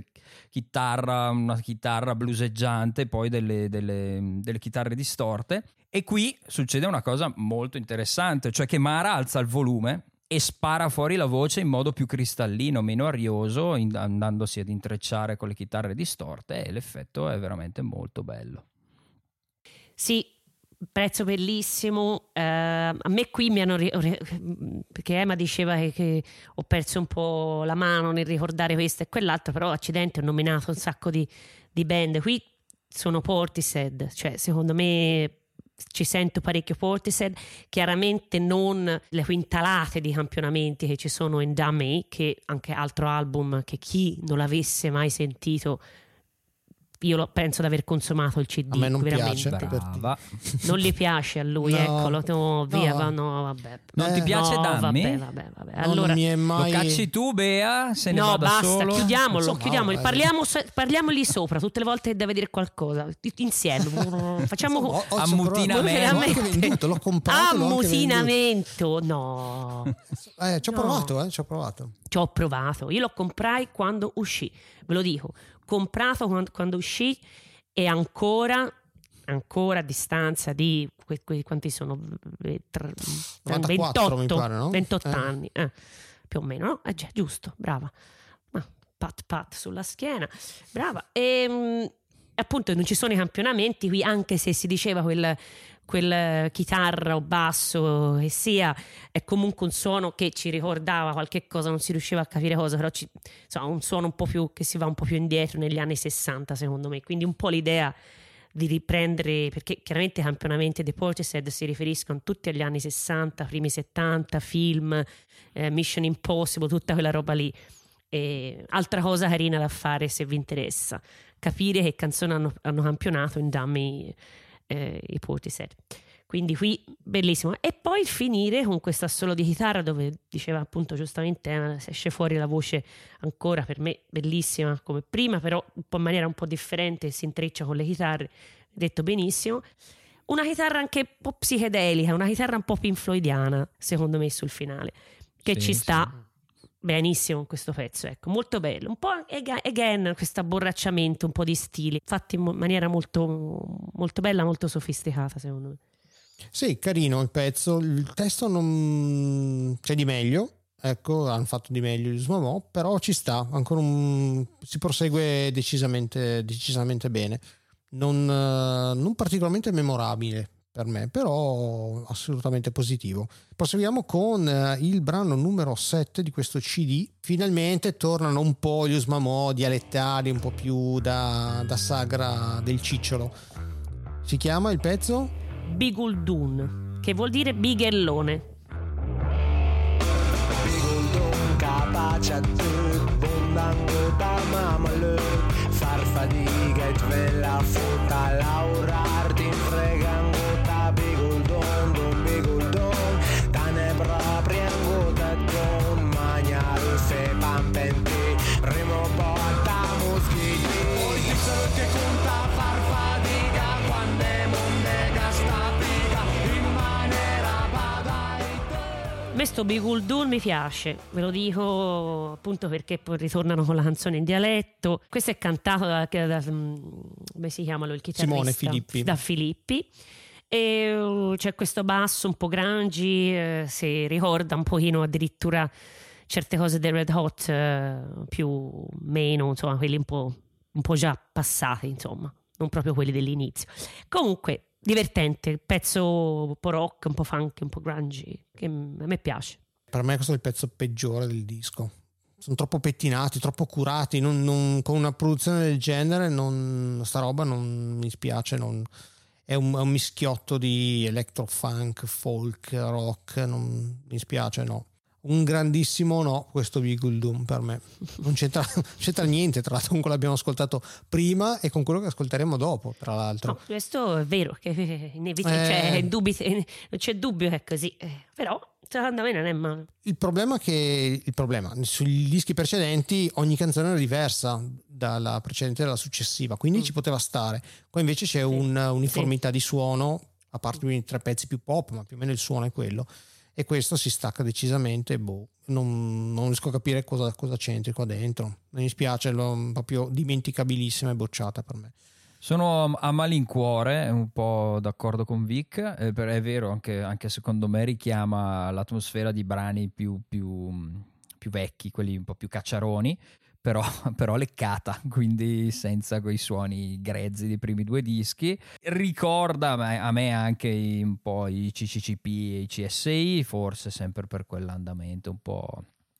una chitarra bluseggiante, poi delle chitarre distorte. E qui succede una cosa molto interessante, cioè che Mara alza il volume e spara fuori la voce in modo più cristallino, meno arioso, andandosi ad intrecciare con le chitarre distorte, e l'effetto è veramente molto bello. sì, prezzo bellissimo. A me qui mi hanno perché Emma diceva che ho perso un po' la mano nel ricordare questo e quell'altro, però accidenti, ho nominato un sacco di band. Qui sono Portishead, cioè secondo me ci sento parecchio Portishead, chiaramente non le quintalate di campionamenti che ci sono in Dummy, che anche altro album che chi non l'avesse mai sentito, io penso di aver consumato il CD. A me non veramente. piace. Brava. Non gli piace a lui, No, eccolo, via, no. vabbè. Non ti piace Dammi? Vabbè. No, Allora, non mi è mai... Lo cacci tu, Bea? Se ne no, va da basta, solo? chiudiamolo. vai. Parliamo lì sopra tutte le volte che deve dire qualcosa insieme. Facciamo Ammutinamento. L'ho comprato. ammutinamento. No, Ci ho provato. ci ho provato. Io lo comprai quando uscì, ve lo dico. Comprato quando uscì, e ancora a distanza di quanti sono? 94, mi pare, no? 28 anni, più o meno, no? Già, giusto, brava. Pat sulla schiena, brava. E appunto non ci sono i campionamenti qui, anche se si diceva quel chitarra o basso che sia, è comunque un suono che ci ricordava qualche cosa, non si riusciva a capire cosa, però un suono un po' più che si va un po' più indietro negli anni 60 secondo me, quindi un po' l'idea di riprendere, perché chiaramente i campionamenti dei Portishead si riferiscono tutti agli anni 60, primi 70, film, Mission Impossible, tutta quella roba lì. E altra cosa carina da fare, se vi interessa, capire che canzoni hanno campionato in Dummy i Portishead. quindi qui bellissimo. E poi il finire con questo assolo di chitarra dove diceva appunto giustamente se esce fuori la voce ancora per me bellissima come prima, però un po' in maniera un po' differente, si intreccia con le chitarre, detto benissimo. Una chitarra anche un po' psichedelica, una chitarra un po' Pink Floydiana secondo me sul finale, che ci sta benissimo in questo pezzo, ecco, molto bello, un po' again questo abborracciamento, un po' di stili fatti in maniera molto, molto bella, molto sofisticata secondo me. Sì, carino il pezzo, il testo non c'è di meglio, ecco, hanno fatto di meglio gli Smamò, però ci sta, ancora si prosegue decisamente bene, non particolarmente memorabile per me, però assolutamente positivo. Proseguiamo con il brano numero 7 di questo CD. Finalmente tornano un po' gli Smamò dialettali, un po' più da sagra del cicciolo. Si chiama il pezzo? Biguldun, che vuol dire bighellone. Biguldun capace a te, bondango da mamalè, far fatica e tvella futta lavorarti in fregango da Biguldun, don Biguldun, tane proprio angota don magnare fe pampenti, primo porta moschiti. Poi ti solo che conta far fatica quando è monde gasta pica in maniera badaita. A me sto Biguldun mi piace, ve lo dico appunto perché poi ritornano con la canzone in dialetto. Questo è cantato da come si chiama il chitarrista? Simone Filippi. Da Filippi. E c'è questo basso un po' grungy, si ricorda un pochino addirittura certe cose dei Red Hot, più meno, insomma, quelli un po' già passati, insomma, non proprio quelli dell'inizio. Comunque divertente, pezzo un po' rock, un po' funky, un po' grungy, che a me piace. Per me questo è il pezzo peggiore del disco. Sono troppo pettinati, troppo curati, con una produzione del genere sta roba non mi spiace, è un mischiotto di electro funk, folk, rock, non mi spiace, no. Un grandissimo no, questo Biguldun per me. Non c'entra niente, tra l'altro, con quello che abbiamo ascoltato prima e con quello che ascolteremo dopo, tra l'altro. No, questo è vero, che non c'è dubbio che è così, però secondo me non è male. Il problema sugli dischi precedenti ogni canzone era diversa dalla precedente e dalla successiva, quindi ci poteva stare. Qua invece c'è un'uniformità di suono, a parte i 3 pezzi più pop, ma più o meno il suono è quello. E questo si stacca decisamente, non riesco a capire cosa c'entri qua dentro. Mi spiace, proprio dimenticabilissima e bocciata per me. Sono a malincuore, un po' d'accordo con Vic, è vero, anche secondo me richiama l'atmosfera di brani più vecchi, quelli un po' più cacciaroni, però leccata, quindi senza quei suoni grezzi dei primi 2 dischi. Ricorda a me anche un po' i CCCP e i CSI, forse sempre per quell'andamento un po'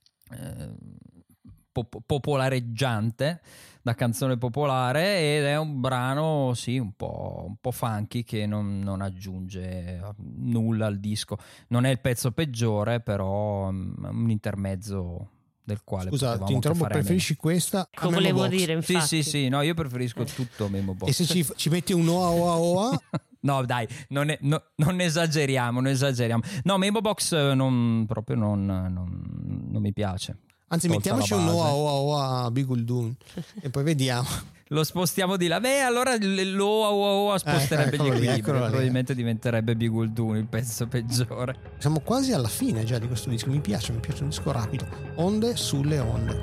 popolareggiante, da canzone popolare, ed è un brano sì un po' funky che non aggiunge nulla al disco. Non è il pezzo peggiore, però un intermezzo del quale scusa, ti interrompo, preferisci questa? Volevo dire, infatti. Sì, no, io preferisco tutto Memo Box. E se ci metti un oa oa oa? No, dai, non esageriamo. No, Memo Box non mi piace. Anzi, mettiamoci un oa oa oa Biguldun e poi vediamo. Lo spostiamo di là. Allora l'oa oa oa sposterebbe gli equilibri. Probabilmente diventerebbe Biguldun il pezzo peggiore. Siamo quasi alla fine già di questo disco. Mi piace un disco rapido. Onde sulle onde.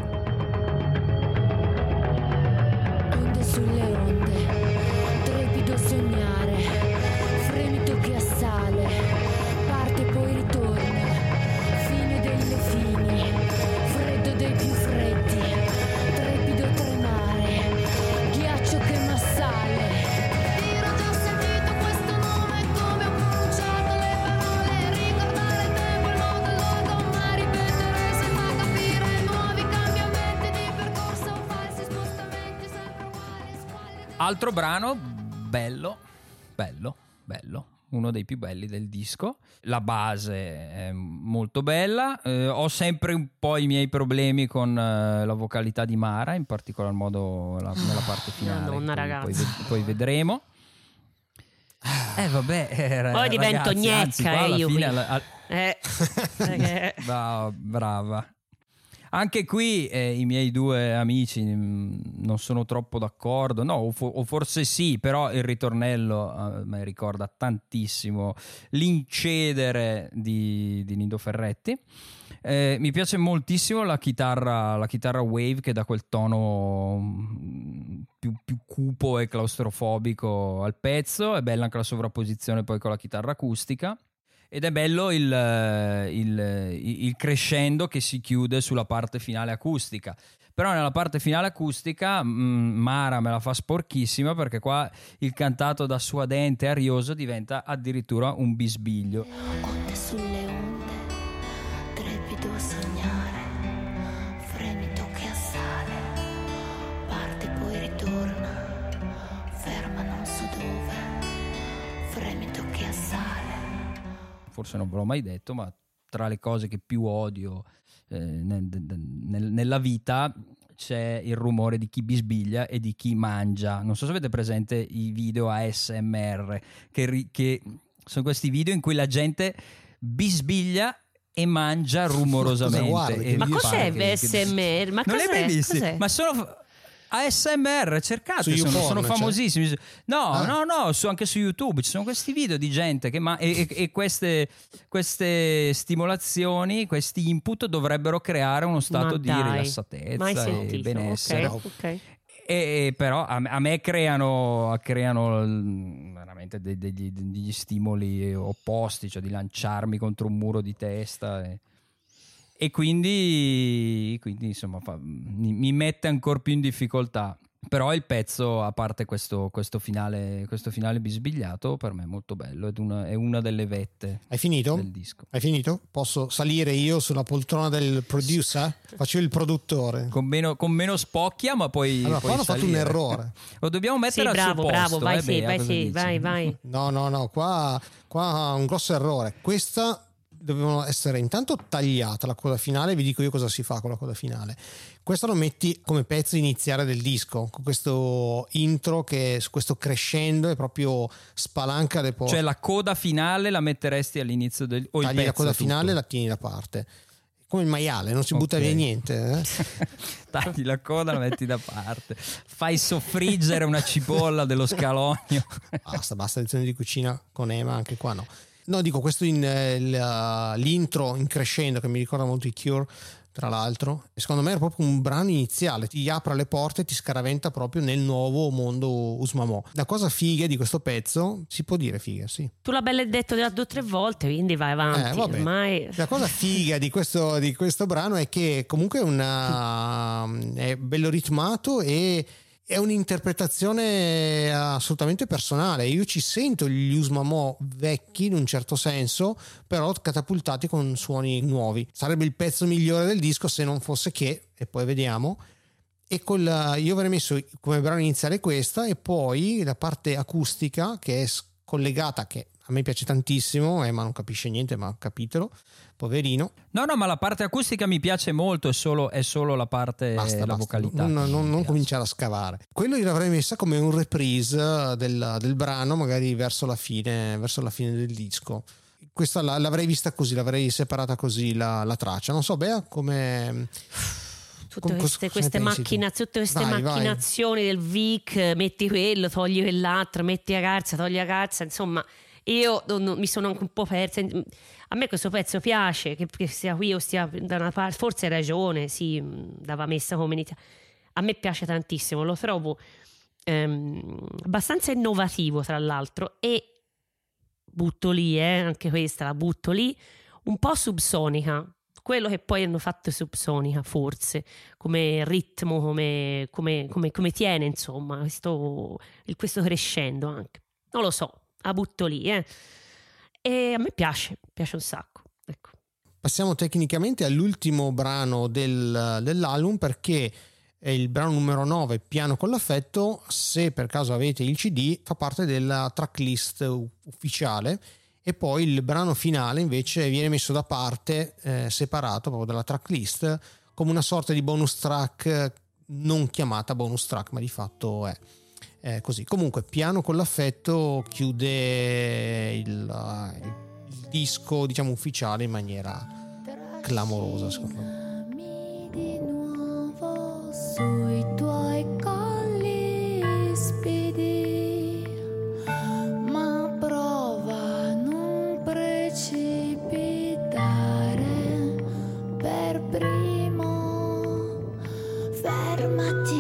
Onde sulle onde, trepido sognare, fremito che assale, parte poi ritorna, fine delle fini, freddo dei più freddi, trepido tremare, ghiaccio che m'assale. Io ho già sentito questo nome, come ho pronunciato le parole, ricordare il tempo, il modo, ma ripetere se fa capire nuovi cambiamenti di percorso, falsi spostamenti sempre uguali, squadre. Altro brano bello, uno dei più belli del disco. La base è molto bella, ho sempre un po' i miei problemi con la vocalità di Mara, in particolar modo nella parte finale. Madonna, ragazzi. Poi vedremo. Vabbè, poi divento gnecca io brava. Anche qui i miei due amici non sono troppo d'accordo, no, o forse sì, però il ritornello mi ricorda tantissimo l'incedere di Nido Ferretti. Mi piace moltissimo la chitarra wave, che dà quel tono più cupo e claustrofobico al pezzo. È bella anche la sovrapposizione poi con la chitarra acustica. Ed è bello il crescendo che si chiude sulla parte finale acustica. Però nella parte finale acustica Mara me la fa sporchissima, perché qua il cantato da suadente arioso diventa addirittura un bisbiglio. Onde sulle onde, trepido sognare, fremito che assale, parte poi ritorna, ferma non so dove, fremito che assale. Forse non ve l'ho mai detto, ma tra le cose che più odio nella vita c'è il rumore di chi bisbiglia e di chi mangia. Non so se avete presente i video ASMR, che sono questi video in cui la gente bisbiglia e mangia rumorosamente. Ma cos'è ASMR? Ma non cos'è? l'hai mai visto? Cos'è? Ma sono ASMR, cercate, sono famosissimi. Cioè? No, anche su YouTube ci sono questi video di gente che e queste stimolazioni, questi input dovrebbero creare uno stato di rilassatezza e benessere. Okay. E però a me creano veramente degli stimoli opposti, cioè di lanciarmi contro un muro di testa e quindi insomma mi mette ancora più in difficoltà. Però il pezzo, a parte questo finale bisbigliato, per me è molto bello, è una delle vette. Hai finito? Del disco. Hai finito? Posso salire io sulla poltrona del producer? Faccio il produttore. Con meno spocchia, ma poi allora, qua hanno fatto un errore. Lo dobbiamo mettere al suo posto. Bravo, vai, Bea, vai. No, qua un grosso errore. Questa dovevano essere intanto tagliata la coda finale. Vi dico io cosa si fa con la coda finale. Questo lo metti come pezzo iniziale del disco, con questo intro che su questo crescendo è proprio spalanca le porte. Cioè la coda finale la metteresti all'inizio del o il tagli pezzo la coda tutto. Finale, la tieni da parte come il maiale, non si butta via niente. Tagli la coda, la metti da parte, fai soffriggere una cipolla dello scalogno. Basta lezioni di cucina con Ema, anche qua no, dico questo l'intro in crescendo che mi ricorda molto i Cure, tra l'altro, e secondo me era proprio un brano iniziale, ti apre le porte, ti scaraventa proprio nel nuovo mondo Usmamò. La cosa figa di questo pezzo, si può dire figa, sì. Tu l'hai belle detto già 2 o 3 volte, quindi vai avanti. Ormai... La cosa figa di questo brano è che comunque è bello ritmato e è un'interpretazione assolutamente personale. Io ci sento gli Usmamò vecchi in un certo senso, però catapultati con suoni nuovi. Sarebbe il pezzo migliore del disco se non fosse che, e poi vediamo, io avrei messo come brano iniziale questa e poi la parte acustica che è collegata, che a me piace tantissimo, ma non capisce niente, ma capitelo, poverino. No, ma la parte acustica mi piace molto, è solo la parte, la vocalità. Non cominciare a scavare. Quello io l'avrei messa come un reprise del brano, magari verso la fine del disco. Questa l'avrei vista così, l'avrei separata così la traccia. Non so, Bea, come... Tutte queste macchinazioni del Vic, metti quello, togli quell'altro, metti la calza, togli la calza, insomma io mi sono anche un po' persa. A me questo pezzo piace, che sia qui o sia da una parte, forse hai ragione, sì, dava messa come inizia. A me piace tantissimo, lo trovo abbastanza innovativo, tra l'altro, e butto lì, anche questa la butto lì, un po' subsonica, quello che poi hanno fatto Subsonica, forse come ritmo, come tiene, insomma, questo crescendo anche, non lo so, la butto lì, e a me piace un sacco, ecco. Passiamo tecnicamente all'ultimo brano dell'album, perché è il brano numero 9, Piano con l'affetto. Se per caso avete il CD, fa parte della tracklist ufficiale, e poi il brano finale invece viene messo da parte, separato proprio dalla tracklist, come una sorta di bonus track, non chiamata bonus track, ma di fatto è. Così. Comunque, Piano con l'affetto chiude il disco, diciamo, ufficiale in maniera clamorosa, secondo me. Di nuovo sui tuoi colli spidi, ma prova a non precipitare per primo, fermati.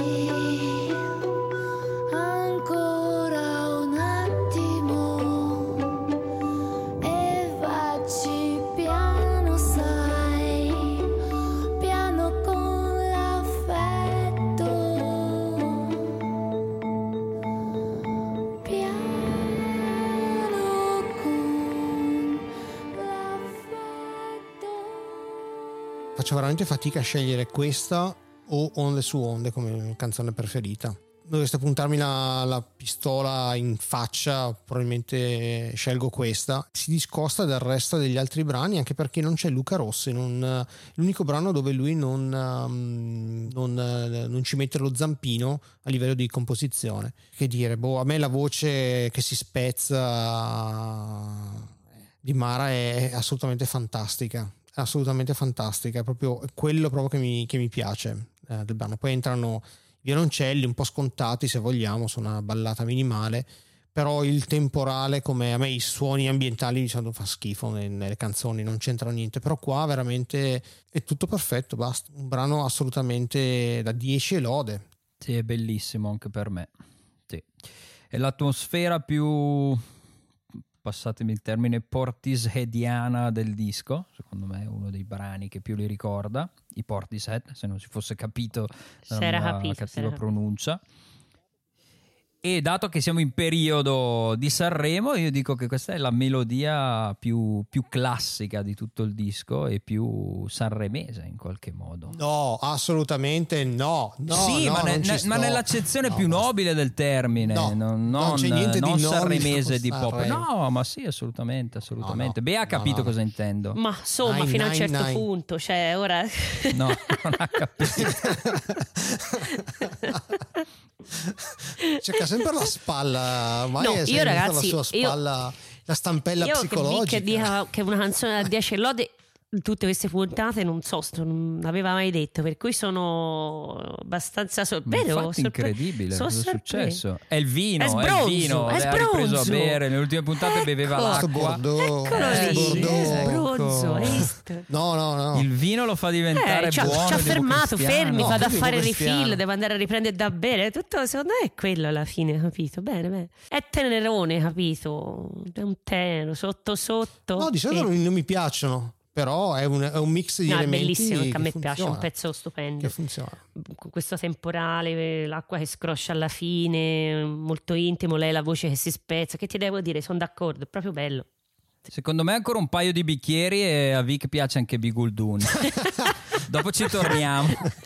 Faccio veramente fatica a scegliere questa o Onde su Onde come canzone preferita. Dovreste puntarmi la pistola in faccia, probabilmente scelgo questa. Si discosta dal resto degli altri brani, anche perché non c'è Luca Rossi, l'unico brano dove lui non ci mette lo zampino a livello di composizione. Che dire, a me la voce che si spezza di Mara è assolutamente fantastica. Assolutamente fantastica, è proprio quello proprio che mi piace del brano. Poi entrano violoncelli un po' scontati, se vogliamo, su una ballata minimale, però il temporale, come a me i suoni ambientali, diciamo, fa schifo nelle canzoni, non c'entra niente, però qua veramente è tutto perfetto, basta. Un brano assolutamente da 10 lode. Sì, è bellissimo anche per me. Sì. È l'atmosfera più, passatemi il termine, portisheadiana del disco. Secondo me è uno dei brani che più li ricorda, i Portishead, se non si fosse capito dalla mia cattiva pronuncia. E dato che siamo in periodo di Sanremo, io dico che questa è la melodia più classica di tutto il disco e più sanremese in qualche modo. No, assolutamente no. Sì, no, ma nell'accezione più nobile del termine, non c'è niente non di sanremese di pop. Sanremo. No, ma sì, assolutamente. Bea ha capito cosa intendo. Ma insomma, fino a un certo punto, cioè ora no, non ha capito. Cerca sempre la spalla, mai no, io ragazzi, la sua spalla, la stampella psicologica. Che dica che una canzone da 10 lode tutte queste puntate non non aveva mai detto, per cui sono abbastanza sorpreso. Incredibile, cosa è successo? È il vino, è sbronzo. Lei ha ripreso a bere, nelle ultime puntate beveva l'acqua. Sbronzo, hai visto? No. Il vino lo fa diventare buono. Ci ha fermato, fermi, vado a fare il Cristiano. refill, devo andare a riprendere da bere. Tutto, secondo me è quello alla fine, capito? Bene. È tenerone, capito? È un tenero, sotto. No, di solito non mi piacciono. Però è un mix di elementi. È bellissimo, che a me funziona, piace, è un pezzo stupendo. Che funziona. Con questo temporale, l'acqua che scroscia alla fine, molto intimo, lei la voce che si spezza. Che ti devo dire? Sono d'accordo, è proprio bello. Secondo me ancora un paio di bicchieri e a Vic piace anche Biguldun. Dopo ci torniamo.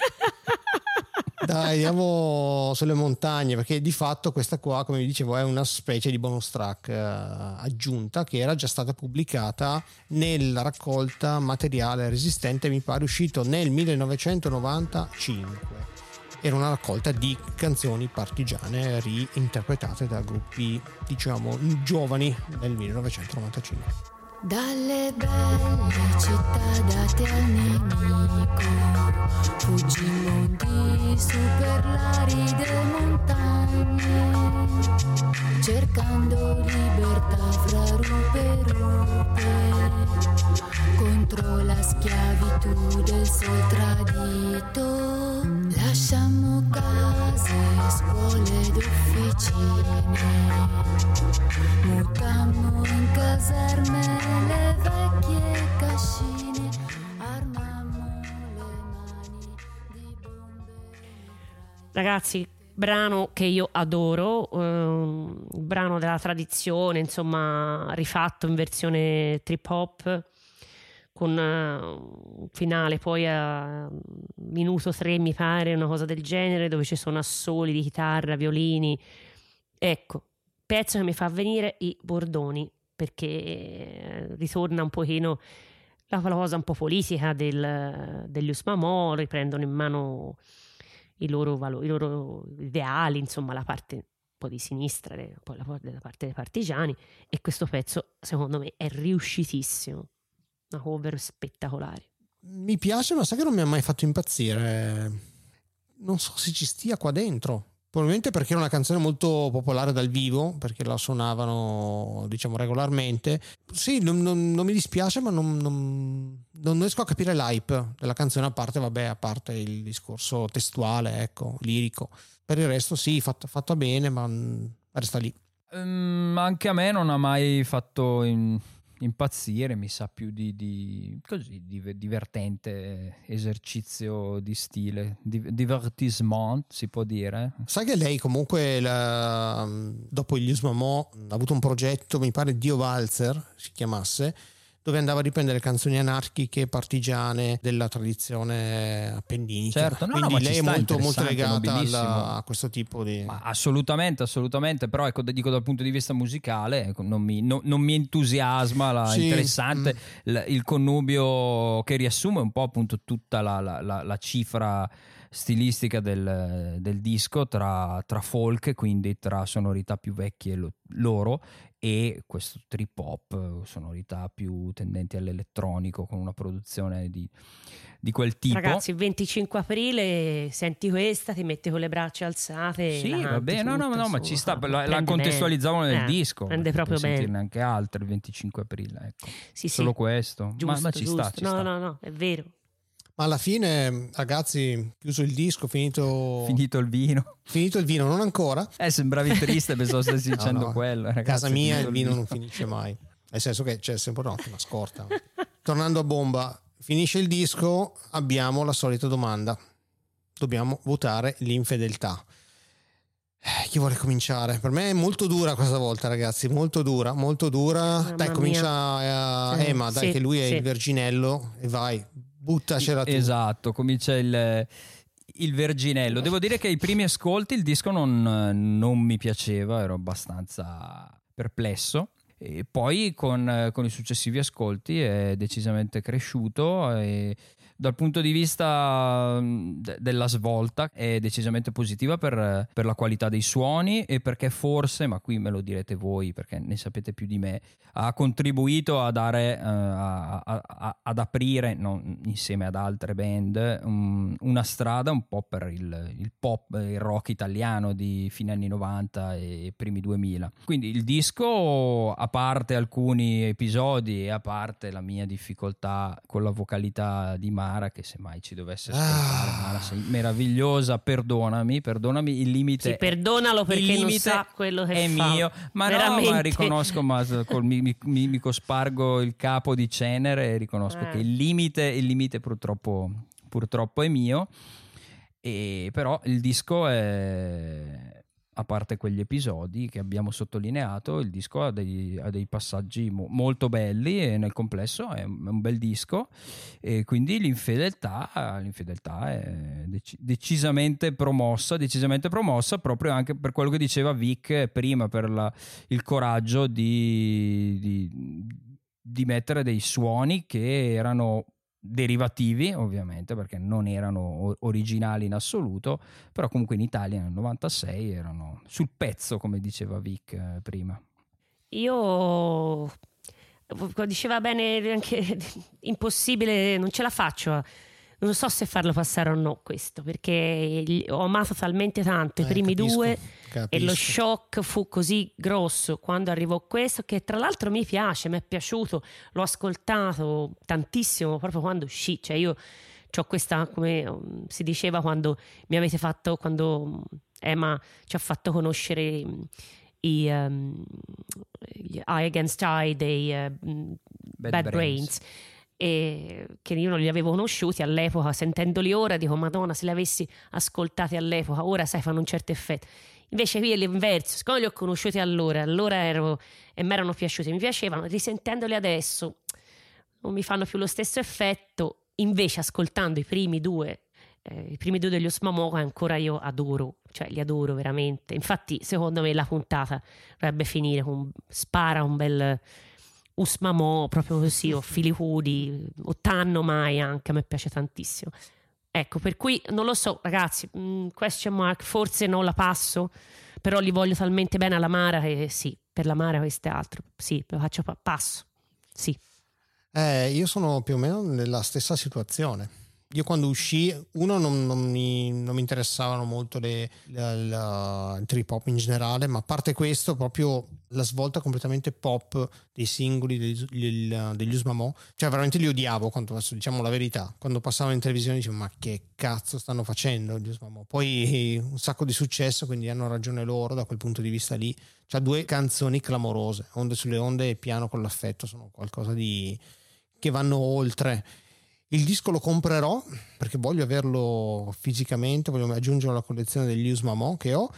Dai, andiamo sulle montagne, perché di fatto questa qua, come vi dicevo, è una specie di bonus track aggiunta che era già stata pubblicata nella raccolta Materiale Resistente, mi pare uscito nel 1995. Era una raccolta di canzoni partigiane reinterpretate da gruppi, diciamo, giovani nel 1995. Dalle belle città date al nemico, fuggimmo di su per l'aride montagne, cercando libertà fra rupe e rupe, contro la schiavitù del sol tradito. Lasciamo case, scuole ed officine, mutammo in caserme le vecchie cascine, armammo le mani di bombe. Ragazzi, brano che io adoro, brano della tradizione, insomma, rifatto in versione trip hop, con un finale poi a minuto 3 mi pare, una cosa del genere, dove ci sono assoli di chitarra, violini. Ecco, pezzo che mi fa venire i bordoni, perché ritorna un pochino la cosa un po' politica degli Usmamò, riprendono in mano i loro ideali, insomma la parte po' di sinistra, poi della parte dei partigiani, e questo pezzo secondo me è riuscitissimo, una cover spettacolare. Mi piace, ma sai che non mi ha mai fatto impazzire, non so se ci stia qua dentro. Probabilmente perché era una canzone molto popolare dal vivo, perché la suonavano, diciamo, regolarmente. Sì, non mi dispiace, ma non riesco a capire l'hype della canzone, a parte il discorso testuale, ecco, lirico. Per il resto sì, fatta bene, ma resta lì. Anche a me non ha mai fatto impazzire, mi sa più di divertente esercizio di stile, divertissement si può dire. Sai che lei comunque dopo gli Usmamò ha avuto un progetto, mi pare Dio Walzer si chiamasse, dove andava a riprendere canzoni anarchiche, partigiane della tradizione appenninica. Certo, quindi lei è molto legata a questo tipo di... Ma assolutamente, però ecco, dico dal punto di vista musicale, ecco, non mi entusiasma, sì. Interessante il connubio che riassume un po' appunto tutta la cifra stilistica del disco tra folk, quindi tra sonorità più vecchie loro, e questo trip hop, sonorità più tendenti all'elettronico, con una produzione di quel tipo. Ragazzi, il 25 aprile senti questa, ti metti con le braccia alzate. Sì, va bene, no, ma ci sta, la contestualizzavano nel disco. Prende proprio bene. Sentirne anche altre il 25 aprile, ecco. Sì, solo questo. Giusto, ma ci sta. No, è vero. Ma alla fine, ragazzi, chiuso il disco, finito il vino. Finito il vino, non ancora. Sembravi triste, pensavo stessi dicendo quello. Ragazzi, casa mia il vino non finisce mai. Nel senso che c'è sempre un'ottima scorta. Tornando a bomba, finisce il disco, abbiamo la solita domanda. Dobbiamo votare l'infedeltà. Chi vuole cominciare? Per me è molto dura questa volta, ragazzi, molto dura. Dai, comincia Emma, dai, che lui è il verginello, e vai. Buttacela tu. Esatto, comincia il verginello. Devo dire che ai primi ascolti il disco non mi piaceva, ero abbastanza perplesso, e poi con i successivi ascolti è decisamente cresciuto, e dal punto di vista della svolta è decisamente positiva per la qualità dei suoni, e perché forse, ma qui me lo direte voi perché ne sapete più di me, ha contribuito a dare ad aprire, insieme ad altre band, una strada un po' per il pop, il rock italiano di fine anni 90 e primi 2000. Quindi il disco, a parte alcuni episodi e a parte la mia difficoltà con la vocalità di Mara, che se mai ci dovesse ascoltare, Mara, sei meravigliosa, perdonami, il limite, sì, perdonalo, perché non sa quello che è fa, mio, ma veramente. no, ma riconosco, mi cospargo il capo di cenere e riconosco che il limite purtroppo è mio, e però il disco è, a parte quegli episodi che abbiamo sottolineato, il disco ha dei passaggi molto belli, e nel complesso è un bel disco, e quindi l'infedeltà è decisamente promossa, proprio anche per quello che diceva Vic prima, per il coraggio di mettere dei suoni che erano derivativi, ovviamente, perché non erano originali in assoluto, però comunque in Italia nel 96 erano sul pezzo, come diceva Vic prima. Io, diceva bene anche, impossibile, non ce la faccio, non so se farlo passare o no questo, perché ho amato talmente tanto i primi due, e lo shock fu così grosso quando arrivò questo, che tra l'altro mi è piaciuto, l'ho ascoltato tantissimo proprio quando uscì. Cioè io c'ho questa, come si diceva quando Emma ci ha fatto conoscere gli Eye Against Eye dei Bad Brains, e che io non li avevo conosciuti all'epoca. Sentendoli ora dico, Madonna, se li avessi ascoltati all'epoca, ora sai, fanno un certo effetto. Invece qui è l'inverso, siccome li ho conosciuti allora ero, e mi erano piaciuti, mi piacevano, risentendoli adesso non mi fanno più lo stesso effetto. Invece ascoltando i primi due degli Usmamò, ancora io adoro, cioè li adoro veramente. Infatti secondo me la puntata dovrebbe finire con spara un bel Usmamò proprio così, o Filicudi, o Tanno Mai, anche a me piace tantissimo. Ecco, per cui non lo so, ragazzi, question mark, forse non la passo, però li voglio talmente bene all'Amara che sì, per l'Amara questo è altro. Sì, lo faccio passo. Sì. Io sono più o meno nella stessa situazione. Io quando uscì, non mi interessavano molto il trip hop in generale, ma a parte questo, proprio la svolta completamente pop dei singoli degli Usmamo, cioè veramente li odiavo, diciamo la verità, quando passavano in televisione dicevo ma che cazzo stanno facendo gli Usmamo, poi un sacco di successo, quindi hanno ragione loro da quel punto di vista lì. C'ha 2 canzoni clamorose, Onde sulle onde e Piano con l'affetto, sono qualcosa che vanno oltre. Il disco lo comprerò perché voglio averlo fisicamente, voglio aggiungere alla collezione degli Usmamo che ho,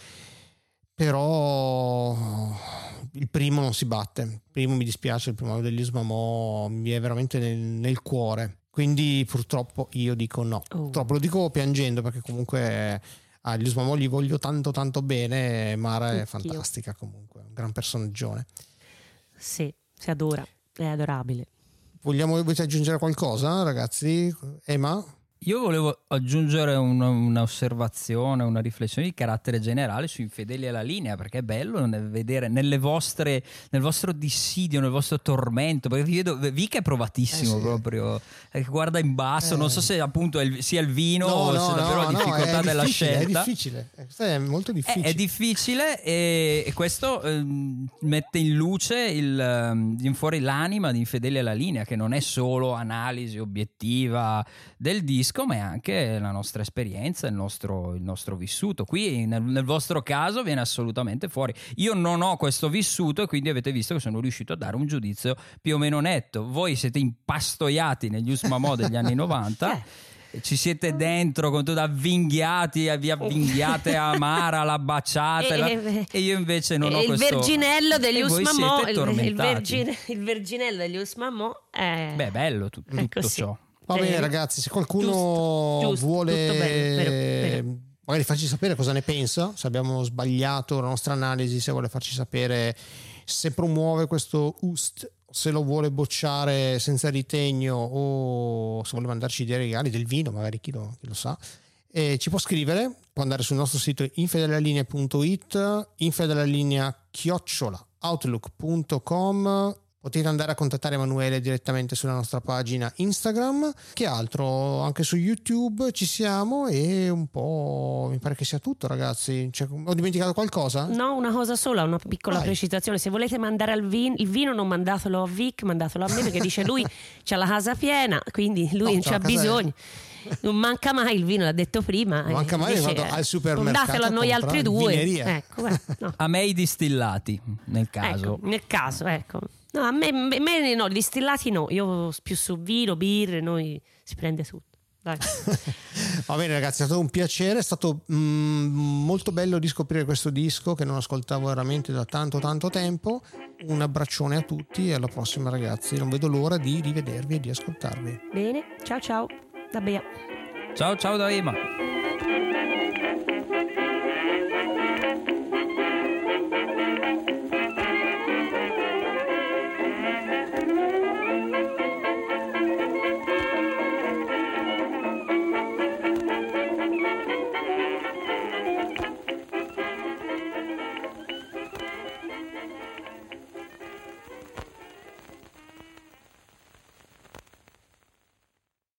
però il primo non si batte. Il primo mi dispiace, il primo degli Usmamo mi è veramente nel cuore, quindi purtroppo io dico no. Purtroppo lo dico piangendo perché comunque gli Usmamo li voglio tanto tanto bene. Mara è fantastica, comunque un gran personaggione. Sì, si adora, è adorabile. Volete aggiungere qualcosa, ragazzi? Emma? Io volevo aggiungere un'osservazione, una riflessione di carattere generale su Infedeli alla linea, perché è bello vedere nel vostro dissidio, nel vostro tormento, perché vi vedo, Vic è provatissimo, sì. Proprio guarda in basso, non so se appunto sia il vino o se davvero la difficoltà della scelta. È difficile, è molto difficile. È difficile e questo mette in luce in fuori l'anima di Infedeli alla linea, che non è solo analisi obiettiva del disco, ma è anche la nostra esperienza, il nostro vissuto. Qui nel vostro caso viene assolutamente fuori. Io non ho questo vissuto e quindi avete visto che sono riuscito a dare un giudizio più o meno netto. Voi siete impastoiati negli Usmamo degli anni 90. Ci siete dentro con tutto avvinghiati, vi avvinghiate a Amara, la baciate e io invece non ho questo. Il verginello degli Usmamo, il verginello degli Usmamo è bello tutto ciò. Va bene ragazzi, se qualcuno vuole vero. Magari farci sapere cosa ne pensa, se abbiamo sbagliato la nostra analisi, se vuole farci sapere se promuove questo UST, se lo vuole bocciare senza ritegno o se vuole mandarci dei regali, del vino, magari chi lo sa, e ci può scrivere, può andare sul nostro sito infedelalinea.it, infedelalinea@outlook.com. Potete andare a contattare Emanuele direttamente sulla nostra pagina Instagram. Che altro? Anche su YouTube ci siamo e un po' mi pare che sia tutto, ragazzi. Ho dimenticato qualcosa? No, una cosa sola, una piccola precisazione. Se volete mandare il vino non mandatelo a Vic, mandatelo a me, perché dice lui c'ha la casa piena, quindi lui non c'ha bisogno. Non manca mai il vino, l'ha detto prima. Non manca mai, vado al supermercato. Datelo a noi altri due. Ecco, no. A me i distillati, nel caso. Ecco. No, a me no, distillati no, io più su vino, birre, noi si prende tutto. Dai. Va bene ragazzi, è stato un piacere, è stato molto bello riscoprire questo disco che non ascoltavo veramente da tanto tempo. Un abbraccione a tutti e alla prossima ragazzi, non vedo l'ora di rivedervi e di ascoltarvi. Bene, ciao da Bea. Ciao da Emma.